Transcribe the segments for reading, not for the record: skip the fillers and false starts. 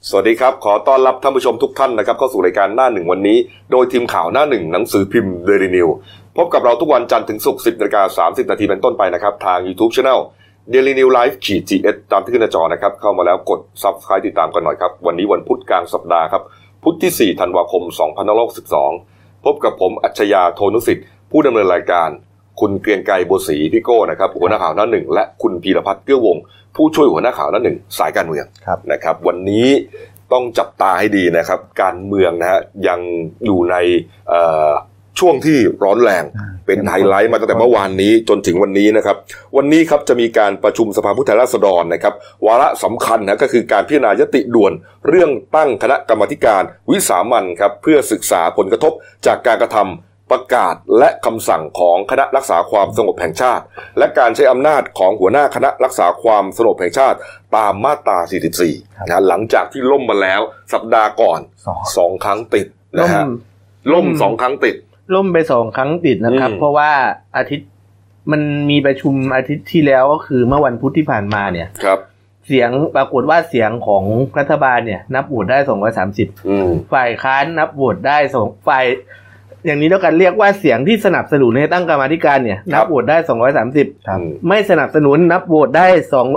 สวัสดีครับขอต้อนรับท่านผู้ชมทุกท่านนะครับเข้าสู่รายการหน้าหนึ่งวันนี้โดยทีมข่าวหน้าหนึ่งหนังสือพิมพ์ Daily News พบกับเราทุกวันจันทร์ถึงศุกร์ 10:30 น.เป็นต้นไปนะครับทาง YouTube Channel Daily News Live-GS ตามที่ขึ้นหน้าจอนะครับเข้ามาแล้วกด Subscribe ติดตามกันหน่อยครับวันนี้วันพุธกลางสัปดาห์ครับพุธที่4ธันวาคม2562พบกับผมอัจฉริยะ โทนุสิทธิ์ผู้ดำเนินรายการคุณเกรียงไกรบัวศรีพี่โก้นะครับหัวหน้าข่าวหน้าหนึ่งและคุณพีรพัฒน์เกื้อวงผู้ช่วยหัวหน้าข่าวหน้าหนึ่งสายการเมืองนะครับวันนี้ต้องจับตาให้ดีนะครับการเมืองนะฮะยังอยู่ในช่วงที่ร้อนแรงเป็นไฮไลท์มาตั้งแต่เมื่อวานนี้จนถึงวันนี้นะครับวันนี้ครับจะมีการประชุมสภาผู้แทนราษฎรนะครับวาระสำคัญนะก็คือการพิจารณายติด่วนเรื่องตั้งคณะกรรมาธิการวิสามัญครับเพื่อศึกษาผลกระทบจากการกระทำประกาศและคำสั่งของคณะรักษาความสงบแห่งชาติและการใช้อำนาจของหัวหน้าคณะรักษาความสงบแห่งชาติตามมาตรา 44 นะหลังจากที่ล่มมาแล้วสัปดาห์ก่อน2 ครั้งติดนะฮะล่ม2 ครั้งติดล่มไป2 ครั้งติดนะครับเพราะว่าอาทิตย์มันมีประชุมอาทิตย์ที่แล้วก็คือเมื่อวันพุธที่ผ่านมาเนี่ยครับเสียงปรากฏว่าเสียงของรัฐบาลเนี่ยนับโหวตได้230ฝ่ายค้านนับโหวตได้2ฝ่ายอย่างนี้แล้วกันเรียกว่าเสียงที่สนับสนุนให้ตั้งกรรมาธิการเนี่ยนับโหวตได้230ไม่สนับสนุนนับโหวตได้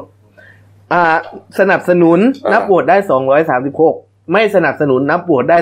สนับสนุนนับโหวตได้236ไม่สนับสนุนนับโหวตได้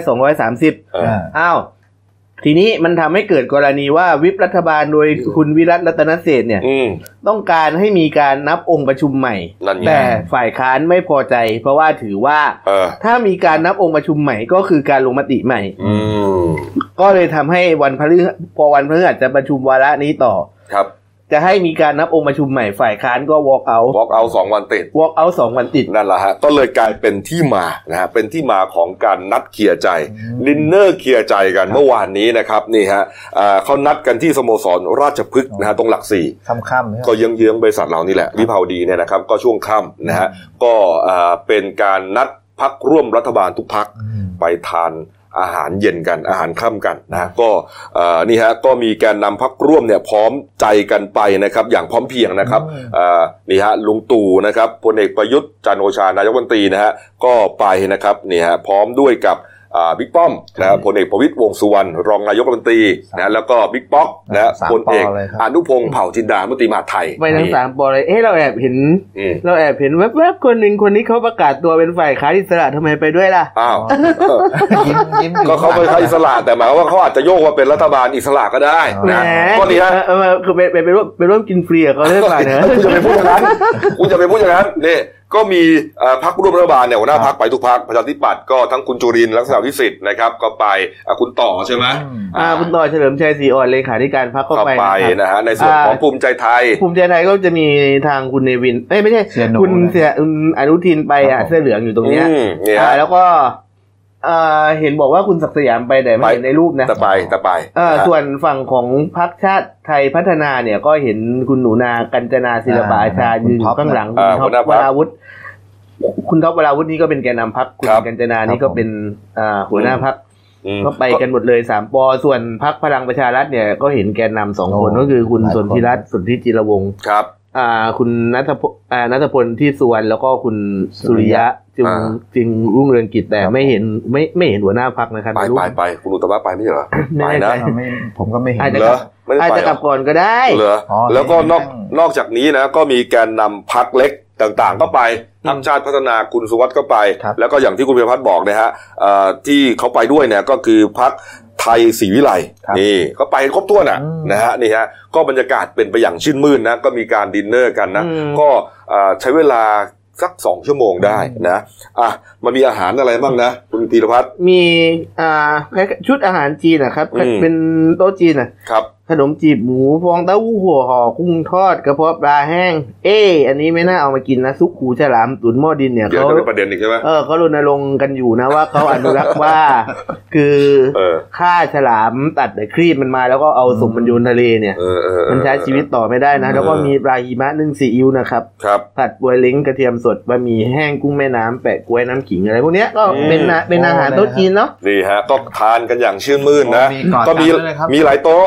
230อ้าวทีนี้มันทำให้เกิดกรณีว่าวิปรัฐบาลโดยคุณวิรัต รัตนเศรษฐ์เนี่ยต้องการให้มีการนับองค์ประชุมใหม่แต่ฝ่ายค้านไม่พอใจเพราะว่าถือว่าถ้ามีการนับองค์ประชุมใหม่ก็คือการลงมติใหม่ก็เลยทำให้วันพฤหัสจะประชุมวาระนี้ต่อครับจะให้มีการนับองค์ประชุมใหม่ฝ่ายค้านก็ walk out 2 วันติด walk out 2 วันติดนั่นแหละฮะก็เลยกลายเป็นที่มานะฮะเป็นที่มาของการนัดเคลียร์ใจดินเนอร์เคลียร์ใจกันเมื่อวานนี้นะครับนี่ฮะเขานัดกันที่สโมสรราชพฤกษ์นะฮะตรงหลัก4 ค่ำๆก็เยื้องๆบริษัทเรานี่แหละวิภาวดีเนี่ยนะครับก็ช่วงค่ำนะฮะก็เป็นการนัดพรรคร่วมรัฐบาลทุกพรรคไปทานอาหารเย็นกันอาหารค่ำกันนะก็นี่ฮะก็มีแกนนำพรรคร่วมเนี่ยพร้อมใจกันไปนะครับอย่างพร้อมเพรียงนะครับนี่ฮะลุงตู่นะครับพลเอกประยุทธ์จันทร์โอชานายกรัฐมนตรีนะฮะก็ไปนะครับนี่ฮะพร้อมด้วยกับบิ๊กป้อมนะพลเอกประวิตรวงษ์สุวรรณรองนายกรัฐมนตรีนะแล้วก็บิ๊กป๊อกนะพลเอกอนุพงษ์เผ่าจินดารัฐมนตรีมหาดไทยไปทั้ง3 ป.เลยเราแอบเห็นแวบๆคนนี้เขาประกาศตัวเป็นฝ่ายค้านอิสระทำไมไปด้วยล่ะอ้าวยิ้มก็เขาเป็นอิสระแต่หมายว่าเขาอาจจะโยกว่าเป็นรัฐบาลอิสระก็ได้นะก็นี่ฮะคือไปร่วมกินฟรีกับเขาได้ป่ะเนี่ยคุณจะไปพูดอย่างนั้นนี่ก็มีพรรคร่วมรัฐบาลเนี่ยหัวหน้าพรรคไปทุกพรรคประชาธิปัตย์ก็ทั้งคุณจุรินทร์ลักษณะวิสิทธิ์นะครับก็ไปคุณต่อใช่ไหมคุณต่อเฉลิมชัยศรีอ่อนเลขาธิการพรรคก็ไปนะฮะในส่วนของภูมิใจไทยก็จะมีทางคุณเนวินไม่ใช่คุณอนุทินไปเสื้อเหลืองอยู่ตรงเนี้ยแล้วก็เห็นบอกว่าคุณศักดิ์สยามไปแต่ไม่เห็นในรูปนะแต่ไปส่วนฝั่งของพรรคชาติไทยพัฒนาเนี่ยก็เห็นคุณหนูนากัญจนาศิลปอาชายืนข้างหลังคุณท็อปวราวุธนี่ก็เป็นแกนนำพรรคคุณกัญจนานี่ก็เป็นหัวหน้าพรรคก็ไปกันหมดเลย3 ป.ส่วนพรรคพลังประชารัฐเนี่ยก็เห็นแกนนำ2 คนก็คือคุณสนธิรัตน์สุทธิจิรวงศ์ครับคุณณัฐพลที่สุวรรณแล้วก็คุณสุริยะจึงรุ่งเรืองกิจแต่ไม่เห็นหัวหน้าพรรคนะครับไปคุณอุตมะไปไม่ใช่เหรอไปนะผมก็ไม่เห็นอาจจะกลับก่อนก็ได้เหรอแล้วก็นอกจากนี้นะก็มีแกนนำพรรคเล็กต่างๆก็ไปพรรคชาติพัฒนาคุณสุวัสดิ์ก็ไปแล้วก็อย่างที่คุณพิพัฒน์บอกนะฮะที่เขาไปด้วยเนี่ยก็คือพรรคไทยศรีวิไลนี่ก็ไปครบถ้วนนะฮะนี่ฮะก็บรรยากาศเป็นไปอย่างชื่นมื่นนะก็มีการดินเนอร์กันนะก็ใช้เวลาสัก2 ชั่วโมงได้นะมันมีอาหารอะไรบ้างนะคุณธีรพัฒน์มีชุดอาหารจีนนะครับเป็นโต๊ะจีนครับขนมจีบหมูฟองเต้าหู้หัวห่อกุ้งทอดกระเพาะปลาแห้งอันนี้ไม่น่าเอามากินนะซุปหูฉลามตุ๋นหม้อดินเนี่ยเขาเป็นประเด็นอีกใช่ไหมเขารณรงค์กันอยู่นะว่าเขาอนุรักษ์ว่าคือฆ่าฉลามตัดครีบมันมาแล้วก็เอาศพมันโยนทะเลเนี่ยมันใช้ชีวิตต่อไม่ได้นะแล้วก็มีปลาหิมะนึ่งซีอิ๊วนะครับผัดบวยเล้งกระเทียมสดบะหมี่แห้งกุ้งแม่น้ำแปะกล้วยน้ำขิงอะไรพวกเนี้ยก็เป็นอาหารโต๊ะจีนเนาะนี่ฮะก็ทานกันอย่างชื่นมื่นนะก็มีหลายโต๊ะ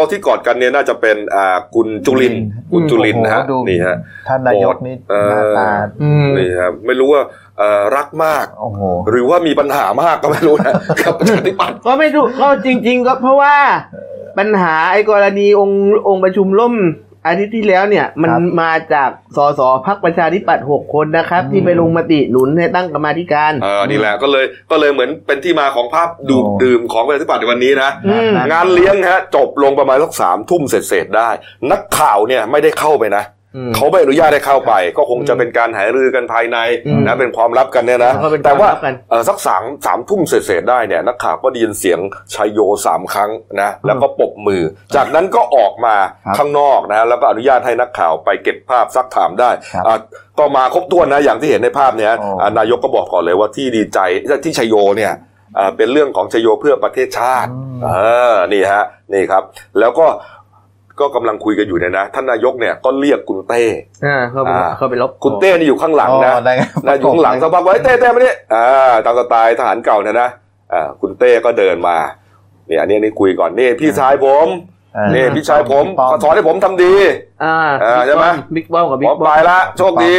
ที่กอดกันเนี่ยน่าจะเป็นคุณจุลินนะฮะนี่ฮะท่านนายกนี่หน้าตานี่ครับไม่รู้ว่ารักมากหรือว่ามีปัญหามากก็ไม่รู้นะกับประชาธิปัตย์ก็ไม่รู้ก็จริงๆก็เพราะว่าปัญหาไอ้กรณีองค์ประชุมล่มอาทิตย์ที่แล้วเนี่ยมันมาจากสสพรรคประชาธิปัตย์6 คนนะครับที่ไปลงมติหนุนให้ตั้งกรรมาธิการนี่แหละก็เลยเหมือนเป็นที่มาของภาพดื่มของประชาธิปัตย์ในวันนี้นะงานเลี้ยงฮะจบลงประมาณสัก 3 ทุ่มเสร็จได้นักข่าวเนี่ยไม่ได้เข้าไปนะเขาไม่อนุญาตให้เข้าไปก็คงจะเป็นการหารือกันภายในนะเป็นความลับกันเนี่ยนะแต่ว่าสัก3 ทุ่มเสร็จได้เนี่ยนักข่าวก็ได้ยินเสียงชัยโย3 ครั้งนะแล้วก็ปรบมือจากนั้นก็ออกมาข้างนอกนะแล้วก็อนุญาตให้นักข่าวไปเก็บภาพซักถามได้ก็มาครบถ้วนนะอย่างที่เห็นในภาพเนี่ยนายกก็บอกก่อนเลยว่าที่ดีใจที่ชัยโยเนี่ยเป็นเรื่องของชัยโยเพื่อประเทศชาตินี่ฮะนี่ครับแล้วก็กำลังคุยกันอยู่เนี่ยนะท่านนายกเนี่ยก็เรียกคุณเต้เข้าไปลบคุณเต้นี่อยู่ข้างหลังนะอยู่ข้างหลังสักพักไว้เต้มาเนี่ยตามสไตล์ทหารเก่านะคุณเต้ก็เดินมาเนี่ยอันนี้คุยก่อนนี่พี่ชายผมนี่พี่ชายผมสอนให้ผมทำดีใช่ไหมบิ๊กป้อมกับบิ๊กป้อมไปละโชคดี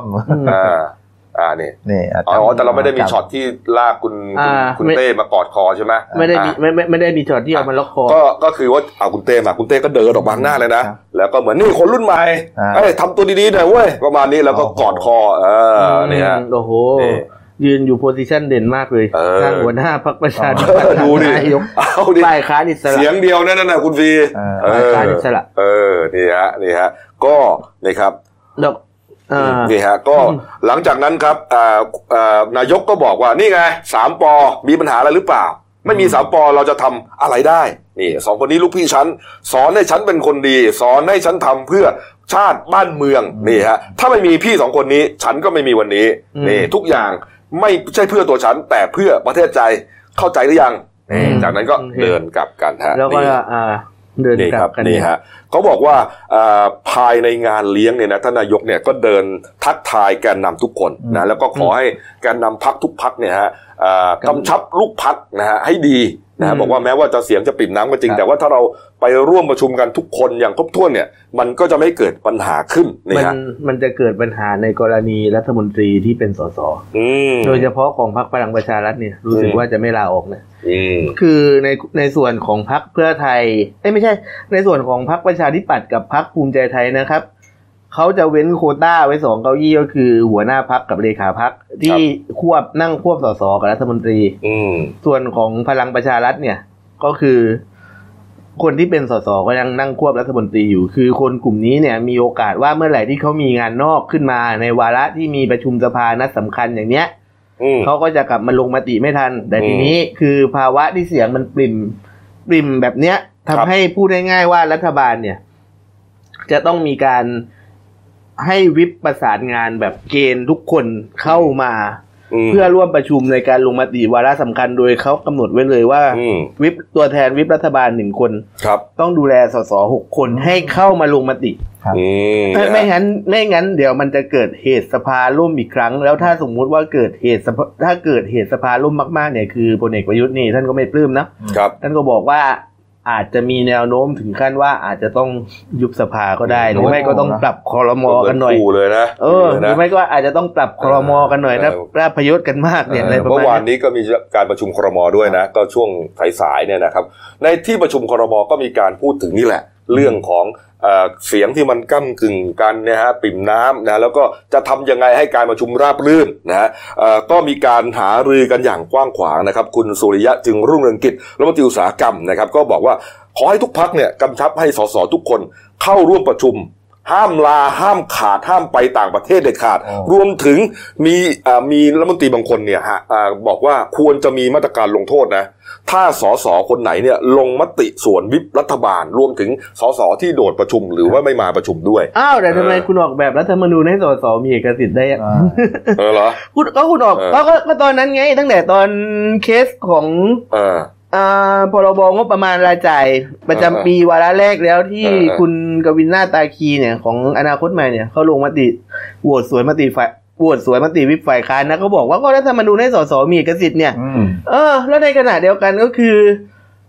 นี่แต่เราไม่ได้มีช็อตที่ลากคุณเต้มากอดคอใช่ไหมไม่ได้มีช็อตที่เอามาล็อกคอก็คือว่าเอาคุณเต้มาคุณเต้ก็เดินออกมาหน้าเลยนะแล้วก็เหมือนนี่คนรุ่นใหม่ทำตัวดีๆหน่อยเว้ยประมาณนี้แล้วก็กอดคอนี่ฮะโอ้โหยืนอยู่โพสิชันเด่นมากเลยข้างหัวหน้าพรรคประชาธิปัตย์ดูดิฝ่ายค้านอิสระเสียงเดียวนั่นน่ะคุณฟีฝ่ายค้านอิสระนี่ฮะก็นะครับนี่ฮะก็หลังจากนั้นครับนายกก็บอกว่านี่ไง3 ป.มีปัญหาอะไรหรือเปล่าไม่มี3 ป.เราจะทำอะไรได้นี่2 คนนี้ลูกพี่ฉันสอนให้ฉันเป็นคนดีสอนให้ฉันทำเพื่อชาติบ้านเมืองนี่ฮะถ้าไม่มีพี่2 คนนี้ฉันก็ไม่มีวันนี้นี่ทุกอย่างไม่ใช่เพื่อตัวฉันแต่เพื่อประเทศใจเข้าใจหรือยังจากนั้นก็เดินกลับกันฮะแล้วก็เดินกลับกันนี่ฮะเขาบอกว่าภายในงานเลี้ยงเนี่ยนะท่านนายกเนี่ยก็เดินทักทายแกนนำทุกคนนะแล้วก็ขอให้แกนนำพรรคทุกพรรคเนี่ยฮะกำชับลูกพรรคนะฮะให้ดีนะบอกว่าแม้ว่าจะเสียงจะปริ่มน้ำก็จริงแต่ว่าถ้าเราไปร่วมประชุมกันทุกคนอย่างครบถ้วนเนี่ยมันก็จะไม่เกิดปัญหาขึ้นนี่ฮะมันจะเกิดปัญหาในกรณีรัฐมนตรีที่เป็นสสโดยเฉพาะของพรรคพลังประชารัฐเนี่ยรู้สึกว่าจะไม่ลาออกนะคือในส่วนของพรรคเพื่อไทยไม่ใช่ในส่วนของพรรคประชาธิปัตย์กับพรรคภูมิใจไทยนะครับเขาจะเว้นโควต้าไว้2 เก้าอี้ก็คือหัวหน้าพรรคกับเลขาพรรคที่นั่งควบสสกับรัฐมนตรีส่วนของพลังประชารัฐเนี่ยก็คือคนที่เป็นสสก็ยังนั่งควบรัฐมนตรีอยู่คือคนกลุ่มนี้เนี่ยมีโอกาสว่าเมื่อไหร่ที่เขามีงานนอกขึ้นมาในวาระที่มีประชุมสภานัดสำคัญอย่างเนี้ยเขาก็จะกลับมาลงมติไม่ทันแต่ทีนี้คือภาวะที่เสียงมันปริ่มแบบเนี้ยทำให้พูดง่ายๆว่ารัฐบาลเนี่ยจะต้องมีการให้วิปประสานงานแบบเกณฑ์ทุกคนเข้ามาเพื่อร่วมประชุมในการลงมติวาระสำคัญโดยเขากำหนดไว้เลยว่าวิปตัวแทนวิปรัฐบาล1 คนต้องดูแลสส6 คนให้เข้ามาลงมติไม่งั้นเดี๋ยวมันจะเกิดเหตุสภาล่มอีกครั้งแล้วถ้าสมมุติว่าเกิดเหตุสภาล่มมากๆเนี่ยคือพลเอกประยุทธ์นี่ท่านก็ไม่ปลื้มนะท่านก็บอกว่าอาจจะมีแนวโน้มถึงขั้นว่าอาจจะต้องยุบสภาก็ได้หรือไม่ก็ต้องปรับครม.กันหน่อยเลยนะหรือไม่ก็อาจจะต้องปรับครม.กันหน่อยถ้าพยศกันมากเนี่ยอะไรประมาณนี้เมื่อวานนี้ก็มีการประชุมครม.ด้วยนะก็ช่วงสายๆเนี่ยนะครับในที่ประชุมครม.ก็มีการพูดถึงนี่แหละเรื่องของเสียงที่มันก้ำกึ่งกันนะฮะปิ่มน้ำนะแล้วก็จะทำยังไงให้การประชุมราบรื่นนะฮะก็มีการหารือกันอย่างกว้างขวางนะครับคุณสุริยะจึงรุ่งเรืองกิจรัฐมนตรีอุตสาหกรรมนะครับก็บอกว่าขอให้ทุกพรรคเนี่ยกำชับให้สสทุกคนเข้าร่วมประชุมห้ามลาห้ามขาดห้ามไปต่างประเทศเด็ดขาดรวมถึงมีรัฐมนตรีบางคนเนี่ยบอกว่าควรจะมีมาตรการลงโทษนะถ้าสสคนไหนเนี่ยลงมติส่วนวิปรัฐบาลรวมถึงสสที่โดดประชุมหรือว่าไม่มาประชุมด้วยแต่ทำไมคุณออกแบบรัฐธรรมนูญให้สสมีเอกสิทธิ์ได้เหรอคุณออกก็ตอนนั้นไงตั้งแต่ตอนเคสของพรบงบประมาณรายจ่ายประจำปีวาระแรกแล้วที่คุณกวินนาตาคีเนี่ยของอนาคตใหม่เนี่ยเขาลงมติโหวตสวนมติวิปฝ่ายค้านนะเขาบอกว่าก็รัฐธรรมนูญให้สสมีเอกสิทธิ์เนี่ยแล้วในขณะเดียวกันก็คือ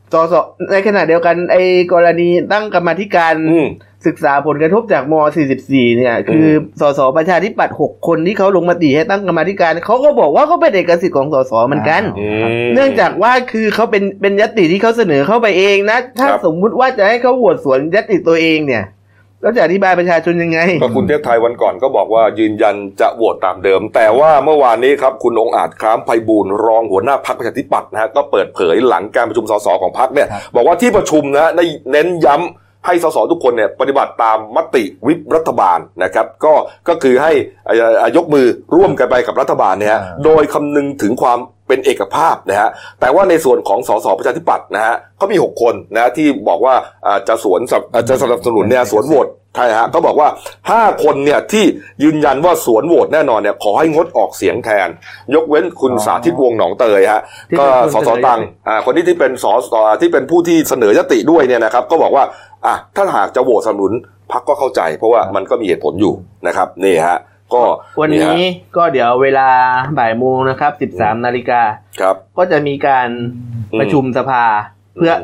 สสในขณะเดียวกันไอ้กรณีตั้งกรรมาธิการศึกษาผลกระทบจากม.44เนี่ยคือสสประชาธิปัตย์6คนที่เขาลงมติให้ตั้งกรรมาธิการเขาก็บอกว่าเขาเป็นเอกสิทธิ์ของสสเหมือนกันเนื่องจากว่าคือเขาเป็นญัตติที่เขาเสนอเข้าไปเองนะถ้าสมมุติว่าจะให้เขาโหวตสวนญัตติตัวเองเนี่ยแล้วจะอธิบายประชาชนยังไงก็คุณเทพไทยวันก่อนก็บอกว่ายืนยันจะโหวตตามเดิมแต่ว่าเมื่อวานนี้ครับคุณองค์อาจคล้ามไพบูลย์รองหัวหน้าพรรคประชาธิปัตย์นะฮะก็เปิดเผยหลังการประชุมสสของพรรคเนี่ยบอกว่าที่ประชุมนะได้เน้นย้ำให้สสทุกคนเนี่ยปฏิบัติตามมติวิปรัฐบาลนะครับก็คือให้ยกมือร่วมกันไปกับรัฐบาลเนี่ยโดยคำนึงถึงความเป็นเอกภาพนะฮะแต่ว่าในส่วนของสสประชาธิปัตย์นะฮะเขามี6คนนะที่บอกว่าจะสนับสนุนเนี่ยสวนโหวตใช่ฮะก็บอกว่า5คนเนี่ยที่ยืนยันว่าสวนโหวตแน่นอนเนี่ยขอให้งดออกเสียงแทนยกเว้นคุณสาธิตวงศ์หนองเตยฮะก็สสตังคนที่เป็นสสที่เป็นผู้ที่เสนอยติด้วยเนี่ยนะครับก็บอกว่าถ้าหากจะโหวตสนับสนุนพรรคก็เข้าใจเพราะว่ามันก็มีเหตุผลอยู่นะครับนี่ฮะก็วันนี้ก็เดี๋ยวเวลาบ่ายโมงนะครับ 13 นาฬิกาก็จะมีการประชุมสภาเพื่อ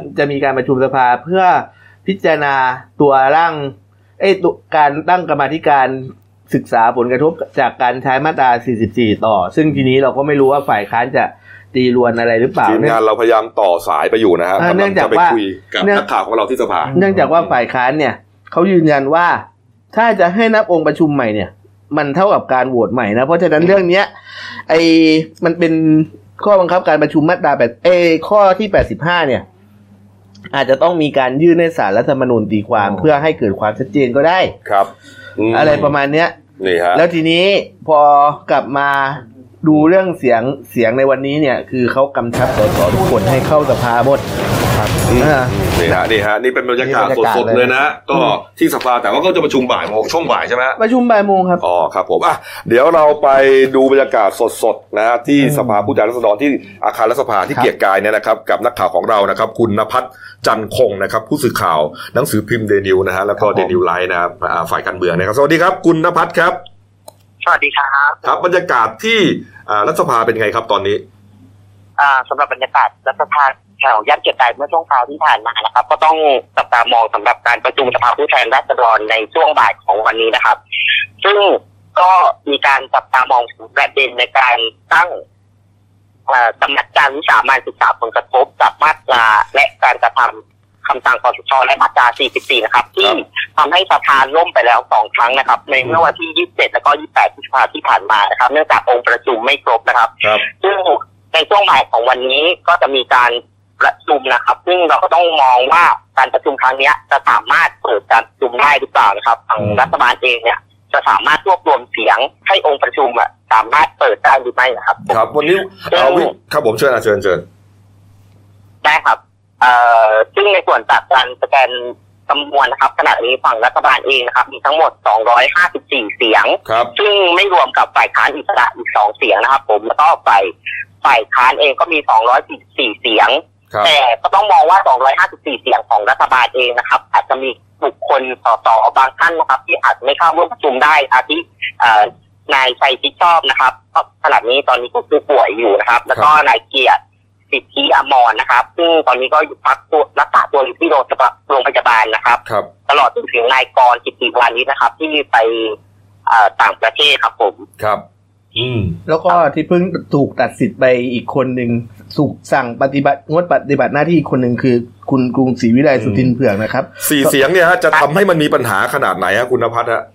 พิจารณาตัวร่างการตั้งกรรมาธิการศึกษาผลกระทบจากการใช้มาตรา 44 ต่อซึ่งทีนี้เราก็ไม่รู้ว่าฝ่ายค้านจะตีรวนอะไรหรือเปล่าทีมงานเราพยายามต่อสายไปอยู่นะฮะเนื่องจากว่าคุยกับนักข่าวของเราที่สภาเนื่องจากว่าฝ่ายค้านเนี่ยเขายืนยันว่าถ้าจะให้นับองค์ประชุมใหม่เนี่ยมันเท่ากับการโหวตใหม่นะเพราะฉะนั้นเรื่องนี้มันเป็นข้อบังคับการประชุมมาตราข้อที่85เนี่ยอาจจะต้องมีการยื่นให้ศาลรัฐธรรมนูญตีความเพื่อให้เกิดความชัดเจนก็ได้ครับอะไรประมาณเนี้ยนี่ฮะแล้วทีนี้พอกลับมาดูเรื่องเสียงในวันนี้เนี่ยคือเขากำชับสสทุกคนให้เข้าสภาหมดนี่ฮะนี่เป็นบรรยากาศสดๆเลยนะก็ที่สภาแต่ว่าก็จะประชุมบ่ายโมงช่วงบ่ายใช่ไหมประชุมบ่ายโมงครับอ๋อครับผมเดี๋ยวเราไปดูบรรยากาศสดๆนะที่สภาผู้แทนราษฎรที่อาคารรัฐสภาที่เกียรติกายเนี่ยนะครับกับนักข่าวของเรานะครับคุณณภัทรจันคงนะครับผู้สื่อข่าวหนังสือพิมพ์เดนิวนะฮะแล้วก็เดนิวไลฟ์นะครับฝ่ายการเมืองนะครับสวัสดีครับคุณณภัทรครับสวัสดีครับครับบรรยากาศที่รัฐสภาเป็นไงครับตอนนี้สำหรับบรรยากาศรัฐสภาแถวย่านเกียรติกายเมื่อช่วงเช้าที่ผ่านมานะครับก็ต้องจับตามองสำหรับการประชุมสภาผู้แทนราษฎรในช่วงบ่ายของวันนี้นะครับซึ่งก็มีการจับตามองประเด็นในการตั้งกรรมการวิสามัญศึกษาผลกระทบจากมาตราและการกระทำคำสั่งคสช.และมาตรา 44 นะครับที่ทำให้สภาล่มไปแล้ว2 ครั้งนะครับในเมื่อวันที่ 27 และก็ 28 พฤษภาคมที่ผ่านมานะครับเนื่องจากองค์ประชุมไม่ครบนะครับซึ่งในช่วงบ่ายของวันนี้ก็จะมีการประชุมนะครับซึ่งเราก็ต้องมองว่าการประชุมครั้งนี้จะสามารถเปิดการประชุมได้หรือเปล่านะครับทางรัฐบาลเองเนี่ยจะสามารถรวบรวมเสียงให้องค์ประชุมสามารถเปิดได้หรือไม่นะครับครับวันนี้ครับผมเชิญได้ครับซึ่งในส่วนจากการสแกนจำนวนนะครับขณะนี้ฝั่งรัฐบาลเองนะครับมีทั้งหมด254เสียงซึ่งไม่รวมกับฝ่ายค้านอิสระอีก2เสียงนะครับผมแล้วก็ฝ่ายค้านเองก็มี244เสียงแต่ก็ต้องมองว่า254เสียงของรัฐบาลเองนะครับอาจจะมีบุคคลสสบางท่านนะครับที่อาจไม่เข้าร่วมประชุมได้อาทินายชัยชิดชอบนะครับขณะนี้ตอนนี้ก็คือป่วยอยู่นะครับแล้วก็นายเกียรติสิทธิอมรนะครับซึ่งตอนนี้ก็อยู่พักรักษาตัวอยู่ที่โรงพยาบาลนะครับตลอดจนถึงนายกรกิติวานิชนะครับที่ไปต่างประเทศครับผมครับแล้วก็ที่เพิ่งถูกตัดสิทธิ์ไปอีกคนหนึ่งถูกสั่งงดปฏิบัติหน้าที่อีกคนหนึ่งคือคุณกรุงศรีวิไลสุทินเผือกนะครับ 4เสียงเนี่ยฮะจะทำให้มันมีปัญหาขนาดไหนฮะคุณณภัทรฮะ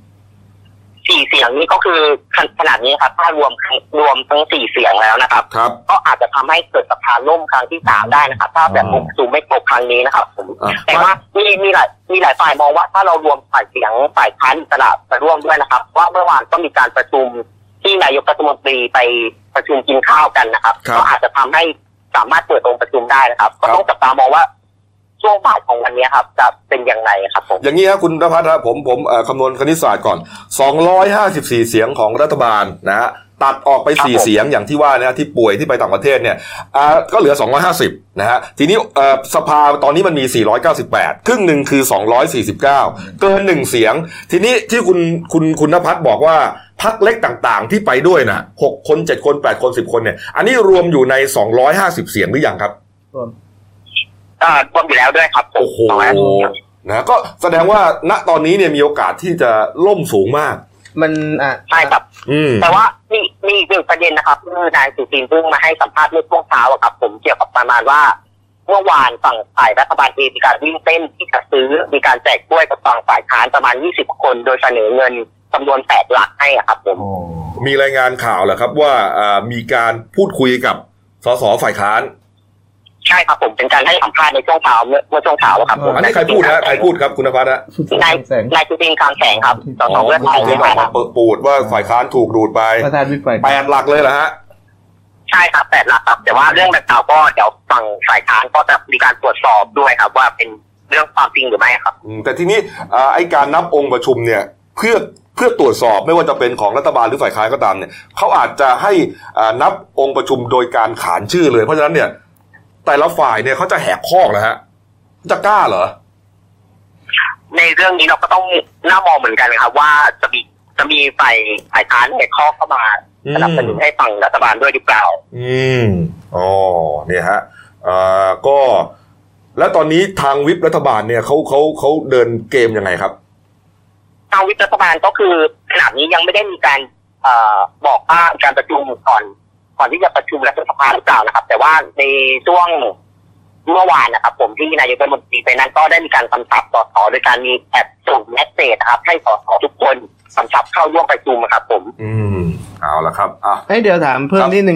4เสียงนี้ก็คือขนาดนี้ครับถ้ารวมทั้ง4เสียงแล้วนะครับก็อาจจะทำให้เกิดสภาล่มครั้งที่3ได้นะครับถ้าแบบองค์ประชุมไม่ครบครั้งนี้นะครับผมแต่ว่ามีหลายฝ่ายมองว่าถ้าเรารวมฝ่ายเสียงฝ่ายค้านอิสระมาร่วมด้วยนะครับว่าเมื่อวานก็มีการประชุมที่นายกรัฐมนตรีไปประชุมกินข้าวกันนะครับก็อาจจะทำให้สามารถเปิดองค์ประชุมได้นะครับก็ต้องจับตามองว่าช่วงบ่ายของวันนี้ครับจะเป็นอย่างไรครับผมอย่างนี้ครับคุณณภัทรครับผมคำนวณคณิตศาสตร์ก่อน254เสียงของรัฐบาลนะฮะตัดออกไป4เสียงอย่างที่ว่านะที่ป่วยที่ไปต่างประเทศเนี่ยก็เหลือ250นะฮะทีนี้สภาตอนนี้มันมี498ครึ่งนึงคือ249เกิน1เสียงทีนี้ที่คุณณภัทรบอกว่าพรรคเล็กต่างๆที่ไปด้วยนะ6คน7คน8คน10คนเนี่ยอันนี้รวมอยู่ใน250เสียงหรือยังครับรวมอยู่แล้วด้วยครับโอ้โหนะก็แสดงว่าณตอนนี้เนี่ยมีโอกาสที่จะล่มสูงมากมันใช่ครับแต่ว่ามีอีกหนึ่งประเด็นนะครับคือนายสุทินเพิ่งมาให้สัมภาษณ์เมื่อช่วงเช้าครับผมเกี่ยวกับประมาณว่าเมื่อวานฝั่งฝ่ายรัฐบาลเองมีการวิ่งเต้นที่จะซื้อมีการแจกกล้วยกับฝั่งฝ่ายค้านประมาณ20คนโดยเสนอเงินจำนวน8 หลักให้ครับผมมีรายงานข่าวเหรอครับว่ามีการพูดคุยกับสสฝ่ายค้านใช่ครับผมเป็นการให้สัมภาษณ์ในช่วงเช้าเมื่อช่วงเช้าครับอันนี้ใครพูดนะใครพูดครับคุณภัทรนะนายสุทินคลังแสงครับสสเพื่อไทยที่ออกมาปูดว่าฝ่ายค้านถูกดูดไป8 หลักเลยเหรอฮะใช่ครับ8 หลักครับแต่ว่าเรื่องดังกล่าวก็เดี๋ยวฝั่งฝ่ายค้านก็จะมีการตรวจสอบด้วยครับว่าเป็นเรื่องความจริงหรือไม่ครับแต่ทีนี้ไอ้การนับองค์ประชุมเนี่ยเพื่อตรวจสอบไม่ว่าจะเป็นของรัฐบาลหรือฝ่ายค้านก็ตามเนี่ยเขาอาจจะให้นับองค์ประชุมโดยการขานชื่อเลยเพราะฉะนั้นเนี่ยแต่ละฝ่ายเนี่ยเขาจะแหกข้อเหรอฮะจะกล้าเหรอในเรื่องนี้เราก็ต้องน่ามองเหมือนกันครับว่าจะมีฝ่ายค้านแหกข้อเข้ามาสนับสนุนให้ฝั่งรัฐบาลด้วยหรือเปล่าอ๋อเนี่ยฮะก็แล้วตอนนี้ทางวิปรัฐบาลเนี่ยเขาเดินเกมยังไงครับทางวิปรัฐบาลก็คือขณะนี้ยังไม่ได้มีการบอกว่าการประชุมก่อนที่จะประชุมรัฐสภาหรือเปล่านะครับแต่ว่าในช่วงเมื่อวานนะครับผมที่นายกรัฐมนตรีไปนั้นก็ได้มีการกำชับสสโดยการมีแอดส่งเมสเสจนะครับให้สสทุกคนกำชับเข้าร่วมประชุมครับผมเอาละครับให้เดี๋ยวถามเพิ่มนิดนึง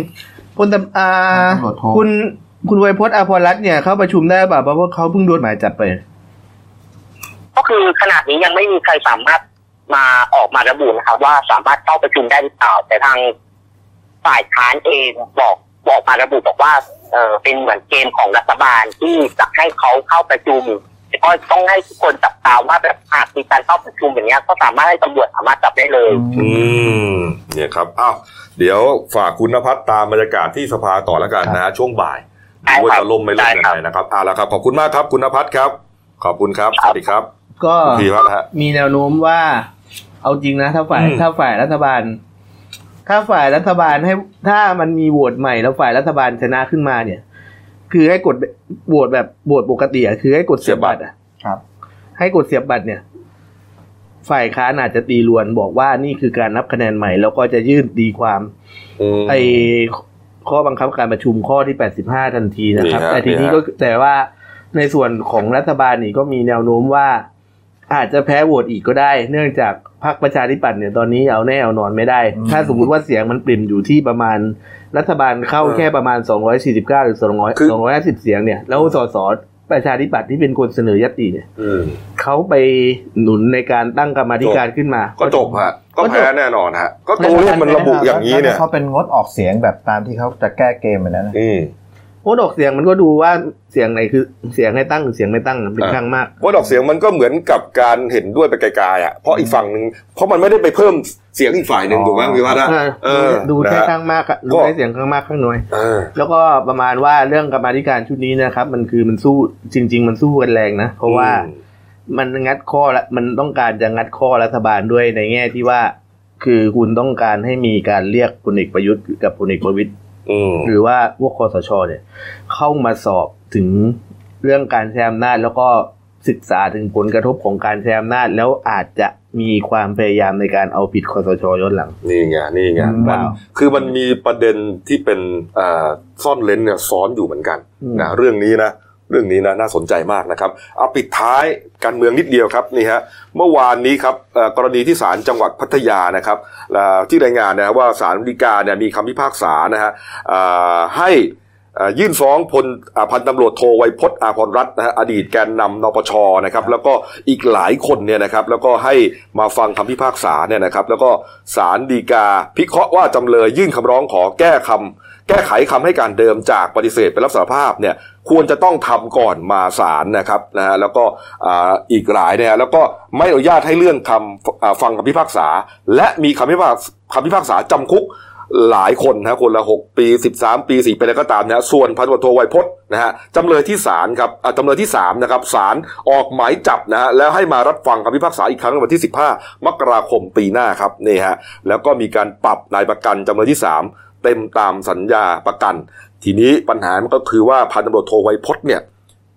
คุณไวยพจน์ อภรรัตน์เนี่ยเข้าประชุมได้ป่ะเพราะว่าเขาเพิ่งโดนหมายจับไปก็คือขณะนี้ยังไม่มีใครสามารถมาออกมาระบุนะครับว่าสามารถเข้าประชุมได้หรือเปล่าแต่ทางฝ่ายค้านเองบอกมาระบุบอกว่าเป็นเหมือนเกมของรัฐบาลที่จะให้เขาเข้าประชุมก็ต้องให้ทุกคนจับตาว่าแบบหากมีการเข้าประชุมอย่างเงี้ยก็สามารถให้ตำรวจสามารถจับได้เลยเนี่ยครับเดี๋ยวฝากคุณณภัทรตามบรรยากาศที่สภาต่อแล้วกันนะฮะช่วงบ่ายว่าจะล่มไม่ล่มยังไงนะครับแล้วครับขอบคุณมากครับคุณณภัทรครับขอบคุณครับสวัสดีครับก็มีแนวโน้มว่าเอาจริงนะถ้าฝ่ายรัฐบาลให้ถ้ามันมีโหวตใหม่แล้วฝ่ายรัฐบาลชนะขึ้นมาเนี่ยคือให้กดโหวตแบบโหวตปกติคือให้กดเสียบบัตรครับให้กดเสียบบัตรเนี่ยฝ่ายค้านอาจจะตีรวนบอกว่านี่คือการนับคะแนนใหม่แล้วก็จะยื่นตีความไอ้ข้อบังคับการประชุมข้อที่85ทันทีนะครับแต่ทีนี้ก็แต่ว่าในส่วนของรัฐบาลนี่ก็มีแนวโน้มว่าอาจจะแพ้โหวตอีกก็ได้เนื่องจากพรรคประชาธิปัตย์เนี่ยตอนนี้เอาแน่เอานอนไม่ได้ถ้าสมมุติว่าเสียงมันปริ่มอยู่ที่ประมาณรัฐบาลเข้าแค่ประมาณ249หรือ250เสียงเนี่ยแล้วสสประชาธิปัตย์ที่เป็นคนเสนอญัตติเนี่ยเขาไปหนุนในการตั้งกรรมาธิการขึ้นมาก็จบฮะก็แพ้แน่นอนฮะก็ตัวเลขมันระบุอย่างนี้เนี่ยเขาเป็นงดออกเสียงแบบตามที่เขาจะแก้เกมไปแล้วนะงดออกเสียงมันก็ดูว่าเสียงไหนคือเสียงให้ตั้งหรือเสียงไม่ตั้งเป็นข้างมากงดออกเสียงมันก็เหมือนกับการเห็นด้วยไปไกลๆเพราะอีกฝั่งนึงเพราะมันไม่ได้ไปเพิ่มเสียงอีกฝ่ายนึงถูกมั้ยพี่ว่าดูแค่ข้างมากดูแค่เสียงข้างมากข้างน้อยแล้วก็ประมาณว่าเรื่องกรรมาธิการชุดนี้นะครับมันคือมันสู้จริงๆมันสู้กันแรงนะเพราะว่ามันงัดข้อละมันต้องการจะงัดข้อรัฐบาลด้วยในแง่ที่ว่าคือคุณต้องการให้มีการเรียกพลเอกประยุทธ์กับพลเอกประวิตรหรือว่าพวกคสช.เนี่ยเข้ามาสอบถึงเรื่องการใช้อำนาจแล้วก็ศึกษาถึงผลกระทบของการใช้อำนาจแล้วอาจจะมีความพยายามในการเอาผิดคสช.ย้อนหลังนี่ไงมันมีประเด็นที่เป็นซ่อนเร้นเนี่ยซ้อนอยู่เหมือนกันนะเรื่องนี้นะน่าสนใจมากนะครับเอาปิดท้ายการเมืองนิดเดียวครับนี่ฮะเมื่อวานนี้ครับกรณีที่ศาลจังหวัดพัทยานะครับที่รายงานนะว่าศาลฎีกาเนี่ยมีคำพิพากษานะฮะให้ยื่นฟ้องพันตำรวจโทไวยพจน์ อาภรรัตน์นะฮะอดีตแกนนำนปชนะครับแล้วก็อีกหลายคนเนี่ยนะครับแล้วก็ให้มาฟังคำพิพากษาเนี่ยนะครับแล้วก็ศาลฎีกาพิเคราะห์ว่าจำเลยยื่นคำร้องขอแก้ไขคำให้การเดิมจากปฏิเสธเป็นรับสารภาพเนี่ยควรจะต้องทำก่อนมาศาลนะครับนะฮะแล้วก็อีกหลายเนี่ยแล้วก็ไม่อนุญาตให้เลื่อนฟังคำพิพากษาและมีคำพิพากษาจำคุกหลายคนนะคนละ6ปี13ปี4ปีแล้วก็ตามนะส่วนพันตำรวจโทไวยพจน์นะฮะจำเลยที่3ครับจำเลยที่3นะครับศาลออกหมายจับนะฮะแล้วให้มารับฟังคำพิพากษาอีกครั้งในวันที่15มกราคมปีหน้าครับนี่ฮะแล้วก็มีการปรับนายประกันจำเลยที่3เต็มตามสัญญาประกันทีนี้ปัญหามันก็คือว่าพันตำรวจโทไวยพจน์เนี่ย